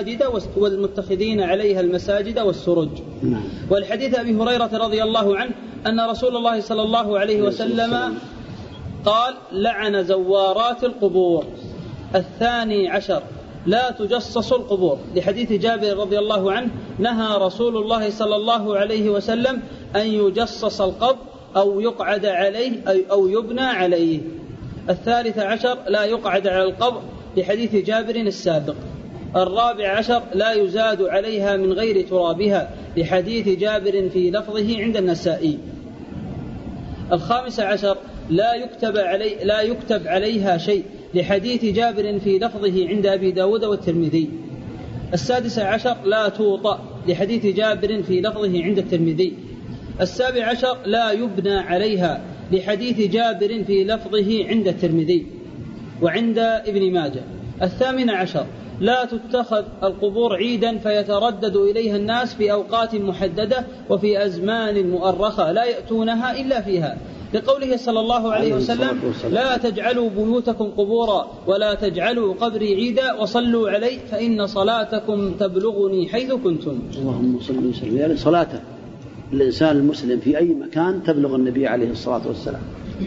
المساجد والسرج. والحديث أبي هريرة رضي الله عنه أن رسول الله صلى الله عليه وسلم قال: لعن زوارات القبور. 12: لا تجصص القبور، لحديث جابر رضي الله عنه نهى رسول الله صلى الله عليه وسلم أن يجصص القبر أو يقعد عليه أو يبنى عليه. 13: لا يقعد على القبر، لحديث جابر السابق. 14: لا يزاد عليها من غير ترابها، لحديث جابر في لفظه عند النسائي. 15: لا يكتب عليها شيء، لحديث جابر في لفظه عند أبي داود والترمذي. 16: لا توطأ، لحديث جابر في لفظه عند الترمذي. 17: لا يبنى عليها، لحديث جابر في لفظه عند الترمذي وعند ابن ماجه. 18: لا تتخذ القبور عيدا فيتردد إليها الناس في أوقات محددة وفي أزمان مؤرخة لا يأتونها إلا فيها، لقوله صلى الله عليه وسلم: لا تجعلوا بيوتكم قبورا ولا تجعلوا قبري عيدا وصلوا علي فإن صلاتكم تبلغني حيث كنتم. اللهم صل وسلم. يعني صلاته الإنسان المسلم في أي مكان تبلغ النبي عليه الصلاة والسلام.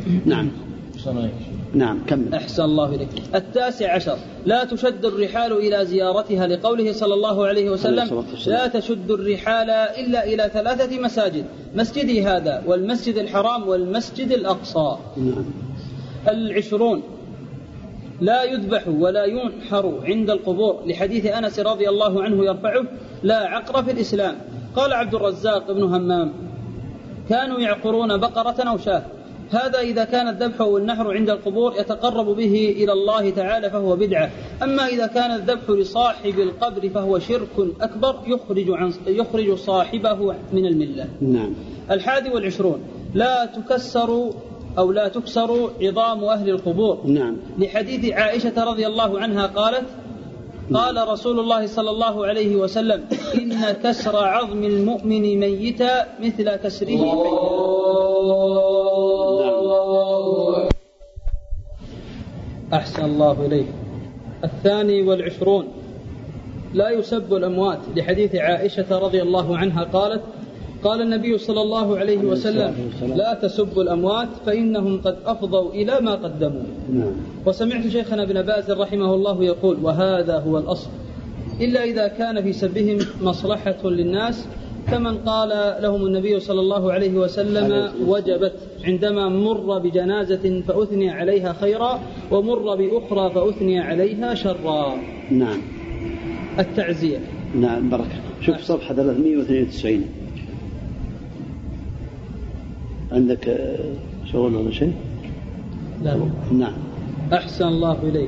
نعم كمل. أحسن الله إليك. 19: لا تشد الرحال إلى زيارتها، لقوله صلى الله عليه وسلم: لا تشد الرحال إلا إلى 3 مساجد، مسجدي هذا والمسجد الحرام والمسجد الأقصى. 20: لا يذبح ولا ينحر عند القبور، لحديث أنس رضي الله عنه يرفعه: لا عقر في الإسلام. قال عبد الرزاق بن همام: كانوا يعقرون بقرة أو شاة. هذا إذا كان الذبح والنحر عند القبور يتقرب به إلى الله تعالى فهو بدعة. أما إذا كان الذبح لصاحب القبر فهو شرك أكبر يخرج صاحبه من الملة. نعم. 21 لا تكسر عظام أهل القبور. نعم. لحديث عائشة رضي الله عنها قالت: قال رسول الله صلى الله عليه وسلم: إن كسر عظم المؤمن ميتا مثل كسره ميتا. أحسن الله إليك. 22 لا يسب الأموات، لحديث عائشة رضي الله عنها قالت: قال النبي صلى الله عليه وسلم: لا تسبوا الأموات فإنهم قد أفضوا إلى ما قدموا. وسمعت شيخنا ابن باز رحمه الله يقول: وهذا هو الأصل، إلا إذا كان في سبهم مصلحة للناس، كمن قال لهم النبي صلى الله عليه وسلم: وجبت، عندما مر بجنازة فأثني عليها خيرا ومر بأخرى فأثني عليها شرا. نعم. التعزية. نعم بركة. شوف صفحة 392 عندك شغل ولا شيء؟ لا. نعم. أحسن الله إليك.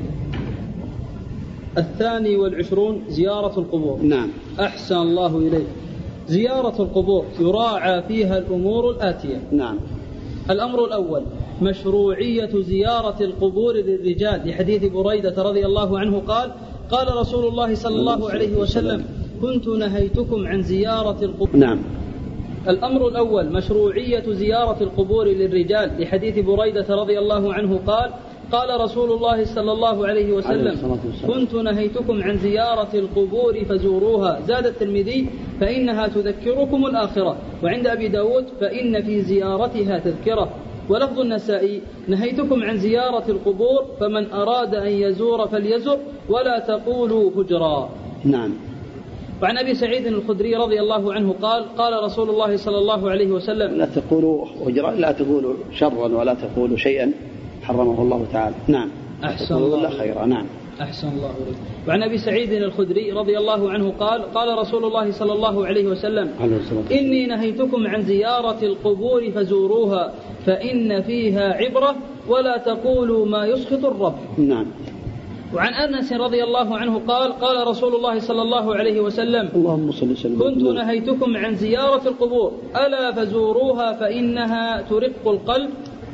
22 زيارة القبور. نعم. أحسن الله إليك. زيارة القبور يراعى فيها الأمور الآتية. نعم. الأمر الأول مشروعية زيارة القبور للرجال، لحديث بريدة رضي الله عنه قال: قال رسول الله صلى الله عليه وسلم: كنت نهيتكم عن زيارة القبور. نعم. الأمر الأول مشروعية زيارة القبور للرجال، لحديث بريدة رضي الله عنه قال: قال رسول الله صلى الله عليه وسلم: كنت نهيتكم عن زيارة القبور فزوروها. زاد الترمذي: فإنها تذكركم الآخرة. وعند أبي داود: فإن في زيارتها تذكرة. ولفظ النسائي: نهيتكم عن زيارة القبور فمن أراد أن يزور فليزر ولا تقولوا هجرا. نعم. وعن أبي سعيد الخدري رضي الله عنه قال: قال رسول الله صلى الله عليه وسلم: لا تقولوا هجرا، لا تقولوا شرا ولا تقولوا شيئا حرمه الله تعالى. نعم. أحسن الله خيرا. نعم. أحسن الله إليك. وعن أبي سعيد الخدري رضي الله عنه قال: قال رسول الله صلى الله عليه وسلم: إني نهيتكم عن زيارة القبور فزوروها فإن فيها عبرة ولا تقولوا ما يسخط الرب. نعم. وعن أنس رضي الله عنه قال: قال رسول الله صلى الله عليه وسلم: اللهم صل وسلم. كنت نهيتكم عن زيارة القبور ألا فزوروها فإنها ترق القلب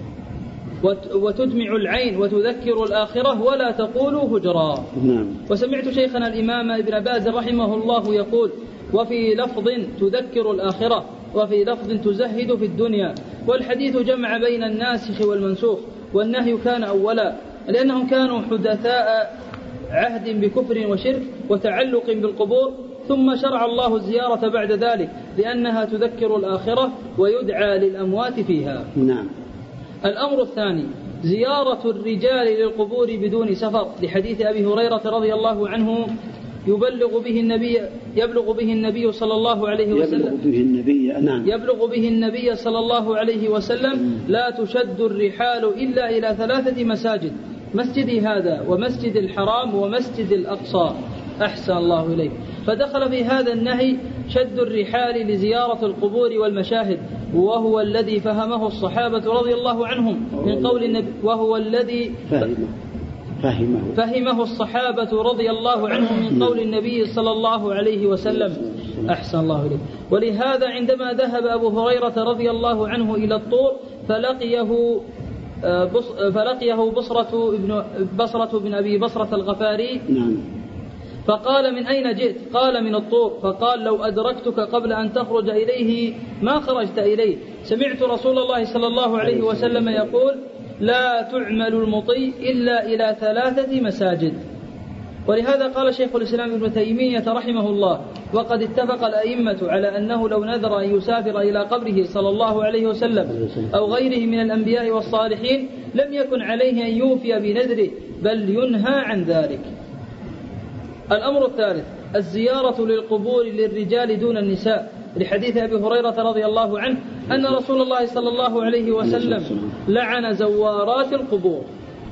وتدمع العين وتذكر الآخرة ولا تقولوا هجرا. نعم. وسمعت شيخنا الإمام ابن باز رحمه الله يقول: وفي لفظ تذكر الآخرة وفي لفظ تزهد في الدنيا. والحديث جمع بين الناسخ والمنسوخ، والنهي كان أولا لأنهم كانوا حدثاء عهد بكفر وشرك وتعلق بالقبور، ثم شرع الله الزيارة بعد ذلك لأنها تذكر الآخرة ويدعى للأموات فيها. نعم. الأمر الثاني زيارة الرجال للقبور بدون سفر، لحديث أبي هريرة رضي الله عنه يبلغ به النبي صلى الله عليه وسلم يبلغ به النبي صلى الله عليه وسلم: لا تشد الرحال إلا إلى 3 مساجد: مسجدي هذا ومسجد الحرام ومسجد الأقصى. أحسن الله إليك. فدخل في هذا النهي شد الرحال لزيارة القبور والمشاهد، وهو الذي فهمه الصحابة رضي الله عنهم من قول النبي، وهو الذي فهمه الصحابة رضي الله عنهم من قول النبي صلى الله عليه وسلم. أحسن الله إليك. ولهذا عندما ذهب أبو هريرة رضي الله عنه إلى الطور فلقيه بصرة بن أبي بصرة الغفاري، فقال: من أين جئت؟ قال: من الطور. فقال: لو أدركتك قبل أن تخرج إليه ما خرجت إليه. سمعت رسول الله صلى الله عليه وسلم يقول: لا تعمل المطي إلا إلى 3 مساجد. ولهذا قال شيخ الإسلام ابن تيمية رحمه الله: وقد اتفق الأئمة على أنه لو نذر أن يسافر إلى قبره صلى الله عليه وسلم أو غيره من الأنبياء والصالحين لم يكن عليه أن يوفي بنذره، بل ينهى عن ذلك. الأمر الثالث الزيارة للقبور للرجال دون النساء، لحديث أبي هريرة رضي الله عنه أن رسول الله صلى الله عليه وسلم لعن زوارات القبور.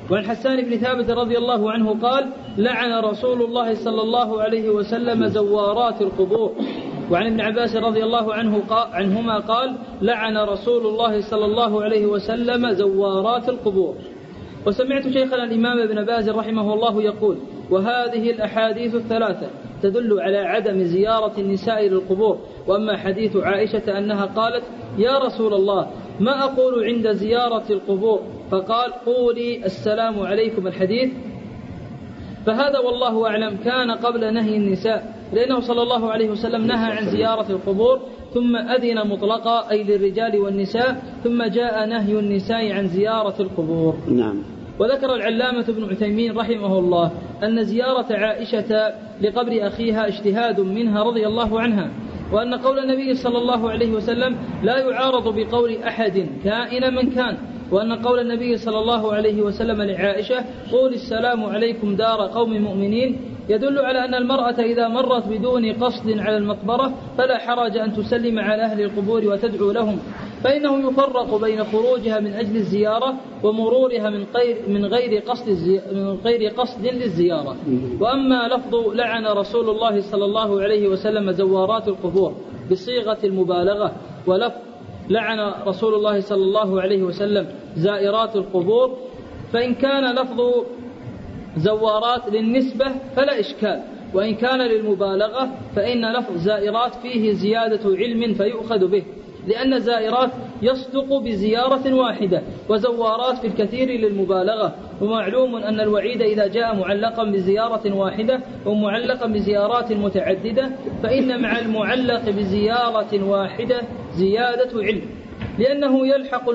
وعن حسان بن ثابت رضي الله عنه قال لعن رسول الله صلى الله عليه وسلم زوارات القبور. وعن ابن عباس رضي الله عنهما قال لعن رسول الله صلى الله عليه وسلم زوارات القبور. وسمعت شيخنا الإمام ابن باز رحمه الله يقول وهذه الأحاديث الثلاثة تدل على عدم زيارة النساء للقبور. وأما حديث عائشة أنها قالت يا رسول الله ما أقول عند زيارة القبور فقال قولي السلام عليكم الحديث، فهذا والله أعلم كان قبل نهي النساء، لأنه صلى الله عليه وسلم نهى عن زيارة القبور ثم أذن مطلقا أي للرجال والنساء، ثم جاء نهي النساء عن زيارة القبور. نعم. وذكر العلامة ابن عثيمين رحمه الله أن زيارة عائشة لقبر أخيها اجتهاد منها رضي الله عنها، وأن قول النبي صلى الله عليه وسلم لا يعارض بقول أحد كائنا من كان، وأن قول النبي صلى الله عليه وسلم لعائشة قول السلام عليكم دار قوم مؤمنين يدل على أن المرأة إذا مرت بدون قصد على المقبرة فلا حرج أن تسلم على أهل القبور وتدعو لهم، فإنه يفرق بين خروجها من أجل الزيارة ومرورها من غير قصد للزيارة. وأما لفظ لعن رسول الله صلى الله عليه وسلم زوارات القبور بصيغة المبالغة، ولفظ لعن رسول الله صلى الله عليه وسلم زائرات القبور، فإن كان لفظ زوارات للنسبة فلا إشكال، وإن كان للمبالغة فإن لفظ زائرات فيه زيادة علم فيؤخذ به، لأن زائرات يصدق بزيارة واحدة وزوارات في الكثير للمبالغة. ومعلوم أن الوعيد إذا جاء معلقا بزيارة واحدة ومعلقا بزيارات متعددة فإن مع المعلق بزيارة واحدة زيادة علم، لأنه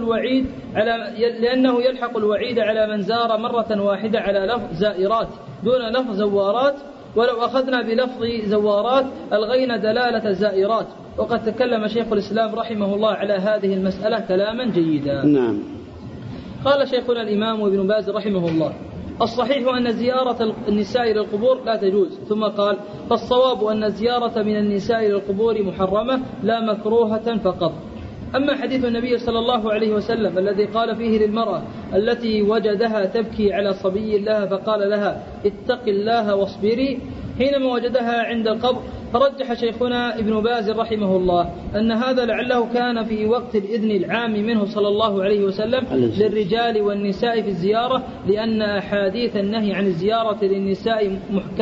يلحق الوعيد على من زار مرة واحدة على لفظ زائرات دون لفظ زوارات. ولو أخذنا بلفظ زوارات ألغينا دلالة زائرات، وقد تكلم شيخ الإسلام رحمه الله على هذه المسألة كلاما جيدا. نعم. قال شيخنا الإمام ابن باز رحمه الله الصحيح أن زيارة النساء للقبور لا تجوز، ثم قال فالصواب أن الزيارة من النساء للقبور محرمة لا مكروهة فقط. أما حديث النبي صلى الله عليه وسلم الذي قال فيه للمرأة التي وجدها تبكي على صبي لها فقال لها اتق الله واصبري حينما وجدها عند القبر، فرجح شيخنا ابن باز رحمه الله أن هذا لعله كان في وقت الإذن العام منه صلى الله عليه وسلم للرجال والنساء في الزيارة، لأن أحاديث النهي عن الزيارة للنساء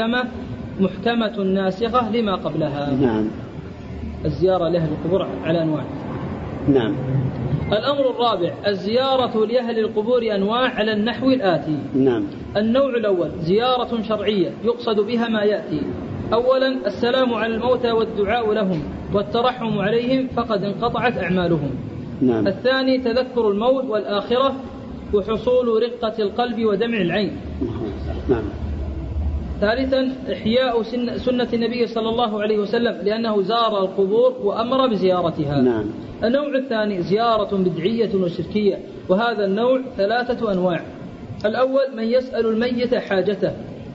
محكمة ناسخة لما قبلها. نعم. الزيارة لأهل القبور على أنواع. نعم. الأمر الرابع الزيارة لأهل القبور أنواع على النحو الآتي. نعم. النوع الأول زيارة شرعية يقصد بها ما يأتي: أولا السلام على الموتى والدعاء لهم والترحم عليهم فقد انقطعت أعمالهم. نعم. الثاني تذكر الموت والآخرة وحصول رقة القلب ودمع العين. نعم. ثالثا إحياء سنة النبي صلى الله عليه وسلم لأنه زار القبور وأمر بزيارتها. نعم. النوع الثاني زيارة بدعية وشركية، وهذا النوع 3 أنواع. الأول من يسأل الميت حاجته،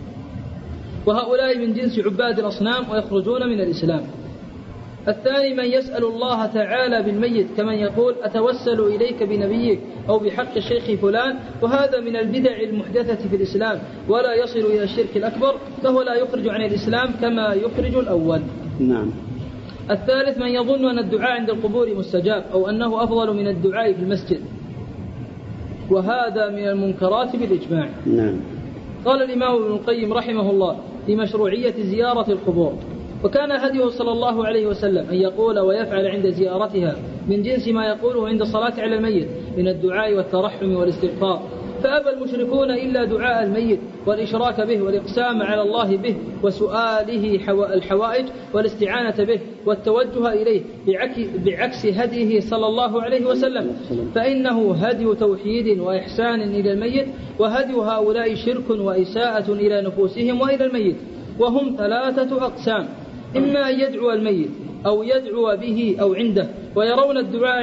وهؤلاء من جنس عباد الأصنام ويخرجون من الإسلام. الثاني من يسأل الله تعالى بالميت كمن يقول أتوسل إليك بنبيك أو بحق الشيخ فلان، وهذا من البدع المحدثة في الإسلام ولا يصل إلى الشرك الأكبر، فهو لا يخرج عن الإسلام كما يخرج الأول. نعم. الثالث من يظن أن الدعاء عند القبور مستجاب أو أنه أفضل من الدعاء في المسجد، وهذا من المنكرات بالإجماع. نعم. قال الإمام ابن القيم رحمه الله في مشروعية زيارة القبور: وكان هديه صلى الله عليه وسلم أن يقول ويفعل عند زيارتها من جنس ما يقوله عند الصلاة على الميت من الدعاء والترحم والاستغفار، فأبى المشركون إلا دعاء الميت والإشراك به والإقسام على الله به وسؤاله الحوائج والاستعانة به والتوجه إليه بعكس هديه صلى الله عليه وسلم، فإنه هدي توحيد وإحسان إلى الميت، وهدي هؤلاء شرك وإساءة إلى نفوسهم وإلى الميت. وهم 3 أقسام: إما أن يدعو الميت أو يدعو به أو عنده، ويرون الدعاء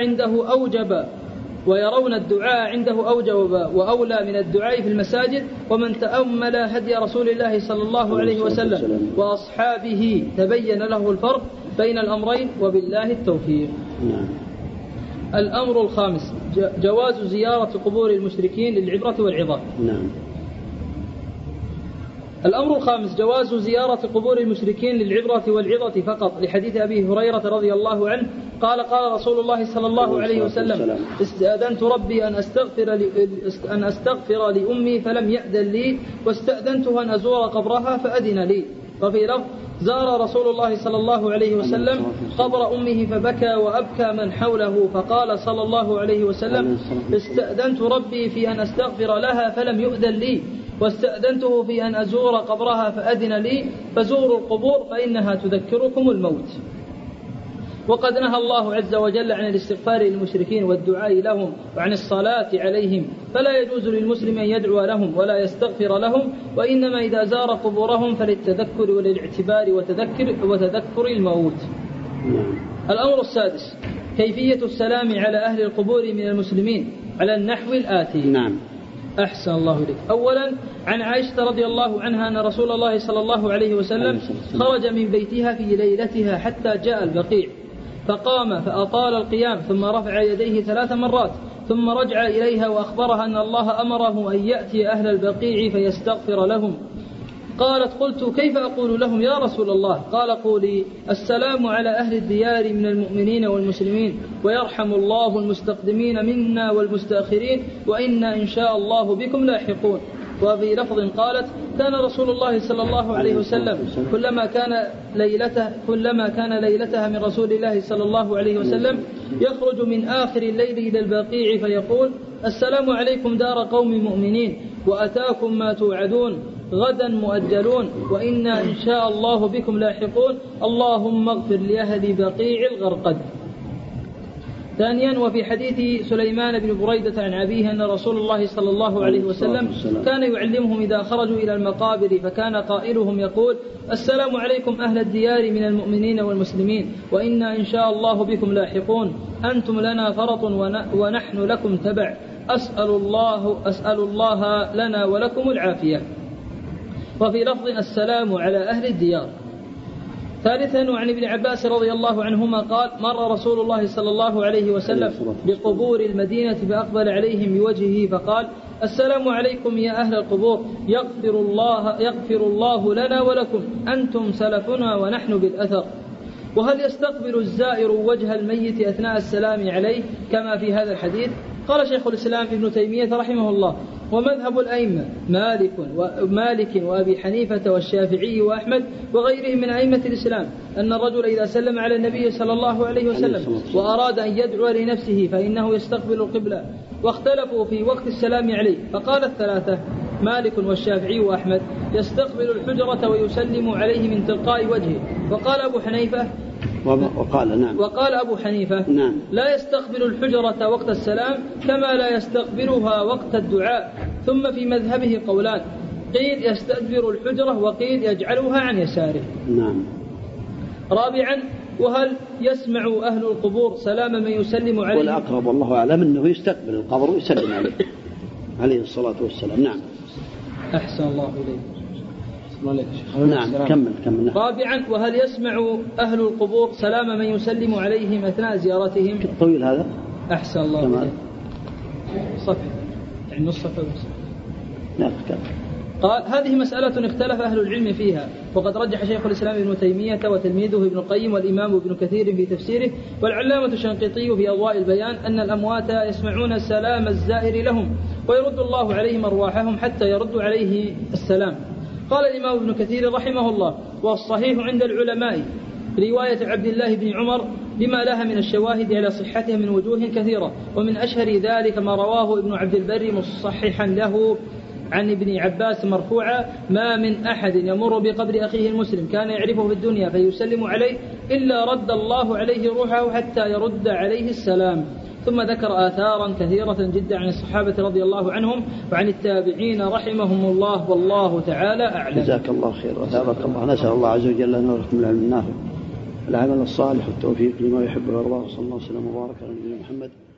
عنده أوجب وأولى من الدعاء في المساجد. ومن تأمل هدي رسول الله صلى الله عليه وسلم وأصحابه تبين له الفرق بين الأمرين، وبالله التوفيق. الأمر الخامس جواز زيارة قبور المشركين للعبرة والعظة. نعم. الأمر الخامس جواز زيارة قبور المشركين للعبرة والعظة فقط، لحديث أبي هريرة رضي الله عنه قال قال رسول الله صلى الله عليه وسلم: استأذنت ربي أن أستغفر لأمي فلم يأذن لي، واستأذنته أن أزور قبرها فأذن لي. وفي لفظ: زار رسول الله صلى الله عليه وسلم قبر أمه فبكى وأبكى من حوله، فقال صلى الله عليه وسلم: استأذنت ربي في أن أستغفر لها فلم يؤذن لي، واستأذنته في أن أزور قبرها فأذن لي، فزوروا القبور فإنها تذكركم الموت. وقد نهى الله عز وجل عن الاستغفار للمشركين والدعاء لهم وعن الصلاة عليهم، فلا يجوز للمسلم أن يدعو لهم ولا يستغفر لهم، وإنما إذا زار قبورهم فللتذكر وللاعتبار وتذكر الموت. الأمر السادس كيفية السلام على أهل القبور من المسلمين على النحو الآتي. نعم. أحسن الله إليك. أولا عن عائشة رضي الله عنها أن رسول الله صلى الله عليه وسلم خرج من بيتها في ليلتها حتى جاء البقيع، فقام فأطال القيام، ثم رفع يديه 3 مرات، ثم رجع إليها وأخبرها أن الله أمره أن يأتي أهل البقيع فيستغفر لهم. قالت: قلت: كيف أقول لهم يا رسول الله؟ قال: قولي: السلام على أهل الديار من المؤمنين والمسلمين، ويرحم الله المستقدمين منا والمستأخرين، وإنا إن شاء الله بكم لاحقون. وفي لفظ قالت: كان رسول الله صلى الله عليه وسلم كلما كان ليلتها من رسول الله صلى الله عليه وسلم يخرج من آخر الليل إلى البقيع فيقول: السلام عليكم دار قوم مؤمنين، وأتاكم ما توعدون، غدا مؤجلون، وإنا إن شاء الله بكم لاحقون، اللهم اغفر لأهل بقيع الغرقد. ثانيا وفي حديث سليمان بن بريدة عن أبيه أن رسول الله صلى الله عليه وسلم كان يعلمهم إذا خرجوا إلى المقابر فكان قائلهم يقول: السلام عليكم أهل الديار من المؤمنين والمسلمين، وإنا إن شاء الله بكم لاحقون، أنتم لنا فرط ونحن لكم تبع، أسأل الله لنا ولكم العافية. وفي لفظ: السلام على أهل الديار. ثالثا وعن ابن عباس رضي الله عنهما قال: مر رسول الله صلى الله عليه وسلم بقبور المدينة فأقبل عليهم بوجهه فقال: السلام عليكم يا أهل القبور، يغفر الله لنا ولكم، أنتم سلفنا ونحن بالأثر. وهل يستقبل الزائر وجه الميت أثناء السلام عليه كما في هذا الحديث؟ قال شيخ الإسلام ابن تيمية رحمه الله: ومذهب الأئمة مالك وأبي حنيفة والشافعي وأحمد وغيرهم من أئمة الإسلام أن الرجل إذا سلم على النبي صلى الله عليه وسلم وأراد أن يدعو لنفسه فإنه يستقبل القبلة، واختلفوا في وقت السلام عليه، فقال الثلاثة مالك والشافعي وأحمد: يستقبل الحجرة ويسلم عليه من تلقاء وجهه. وقال أبو حنيفة نعم. لا يستقبل الحجرة وقت السلام كما لا يستقبلها وقت الدعاء. ثم في مذهبه قولان: قيل يستدبر الحجرة، وقيل يجعلها عن يساره. نعم. رابعا وهل يسمع أهل القبور سلام من يسلم عليه؟ والأقرب والله أعلم أنه يستقبل القبر ويسلم عليه عليه الصلاة والسلام. نعم. أحسن الله إليك. نعم. كمل. رابعا وهل يسمع أهل القبور سلام من يسلم عليهم أثناء زيارتهم؟ طويل هذا. أحسن الله إليك. صفحة يعني نص صفحة بس. لا كمل. قال: هذه مسألة اختلف أهل العلم فيها، وقد رجح شيخ الإسلام ابن تيمية وتلميذه ابن القيم والإمام ابن كثير في تفسيره والعلامة الشنقيطي في أضواء البيان أن الأموات يسمعون سلام الزائر لهم ويرد الله عليهم أرواحهم حتى يردوا عليه السلام. قال الإمام ابن كثير رحمه الله: والصحيح عند العلماء رواية عبد الله بن عمر بما لها من الشواهد على صحتها من وجوه كثيرة، ومن أشهر ذلك ما رواه ابن عبد البر مصححا له عن ابن عباس مرفوعا: ما من أحد يمر بقبر أخيه المسلم كان يعرفه في الدنيا فيسلم عليه إلا رد الله عليه روحه حتى يرد عليه السلام. ثم ذكر آثارا كثيرة جدا عن الصحابة رضي الله عنهم وعن التابعين رحمهم الله، والله تعالى أعلم. جزاك الله خير وثابك الله. نسأل الله عز وجل أن يرحم العلم النافع، العمل الصالح والتوفيق لما يحب ويرضاه. صلى الله وسلم وبارك على نبينا محمد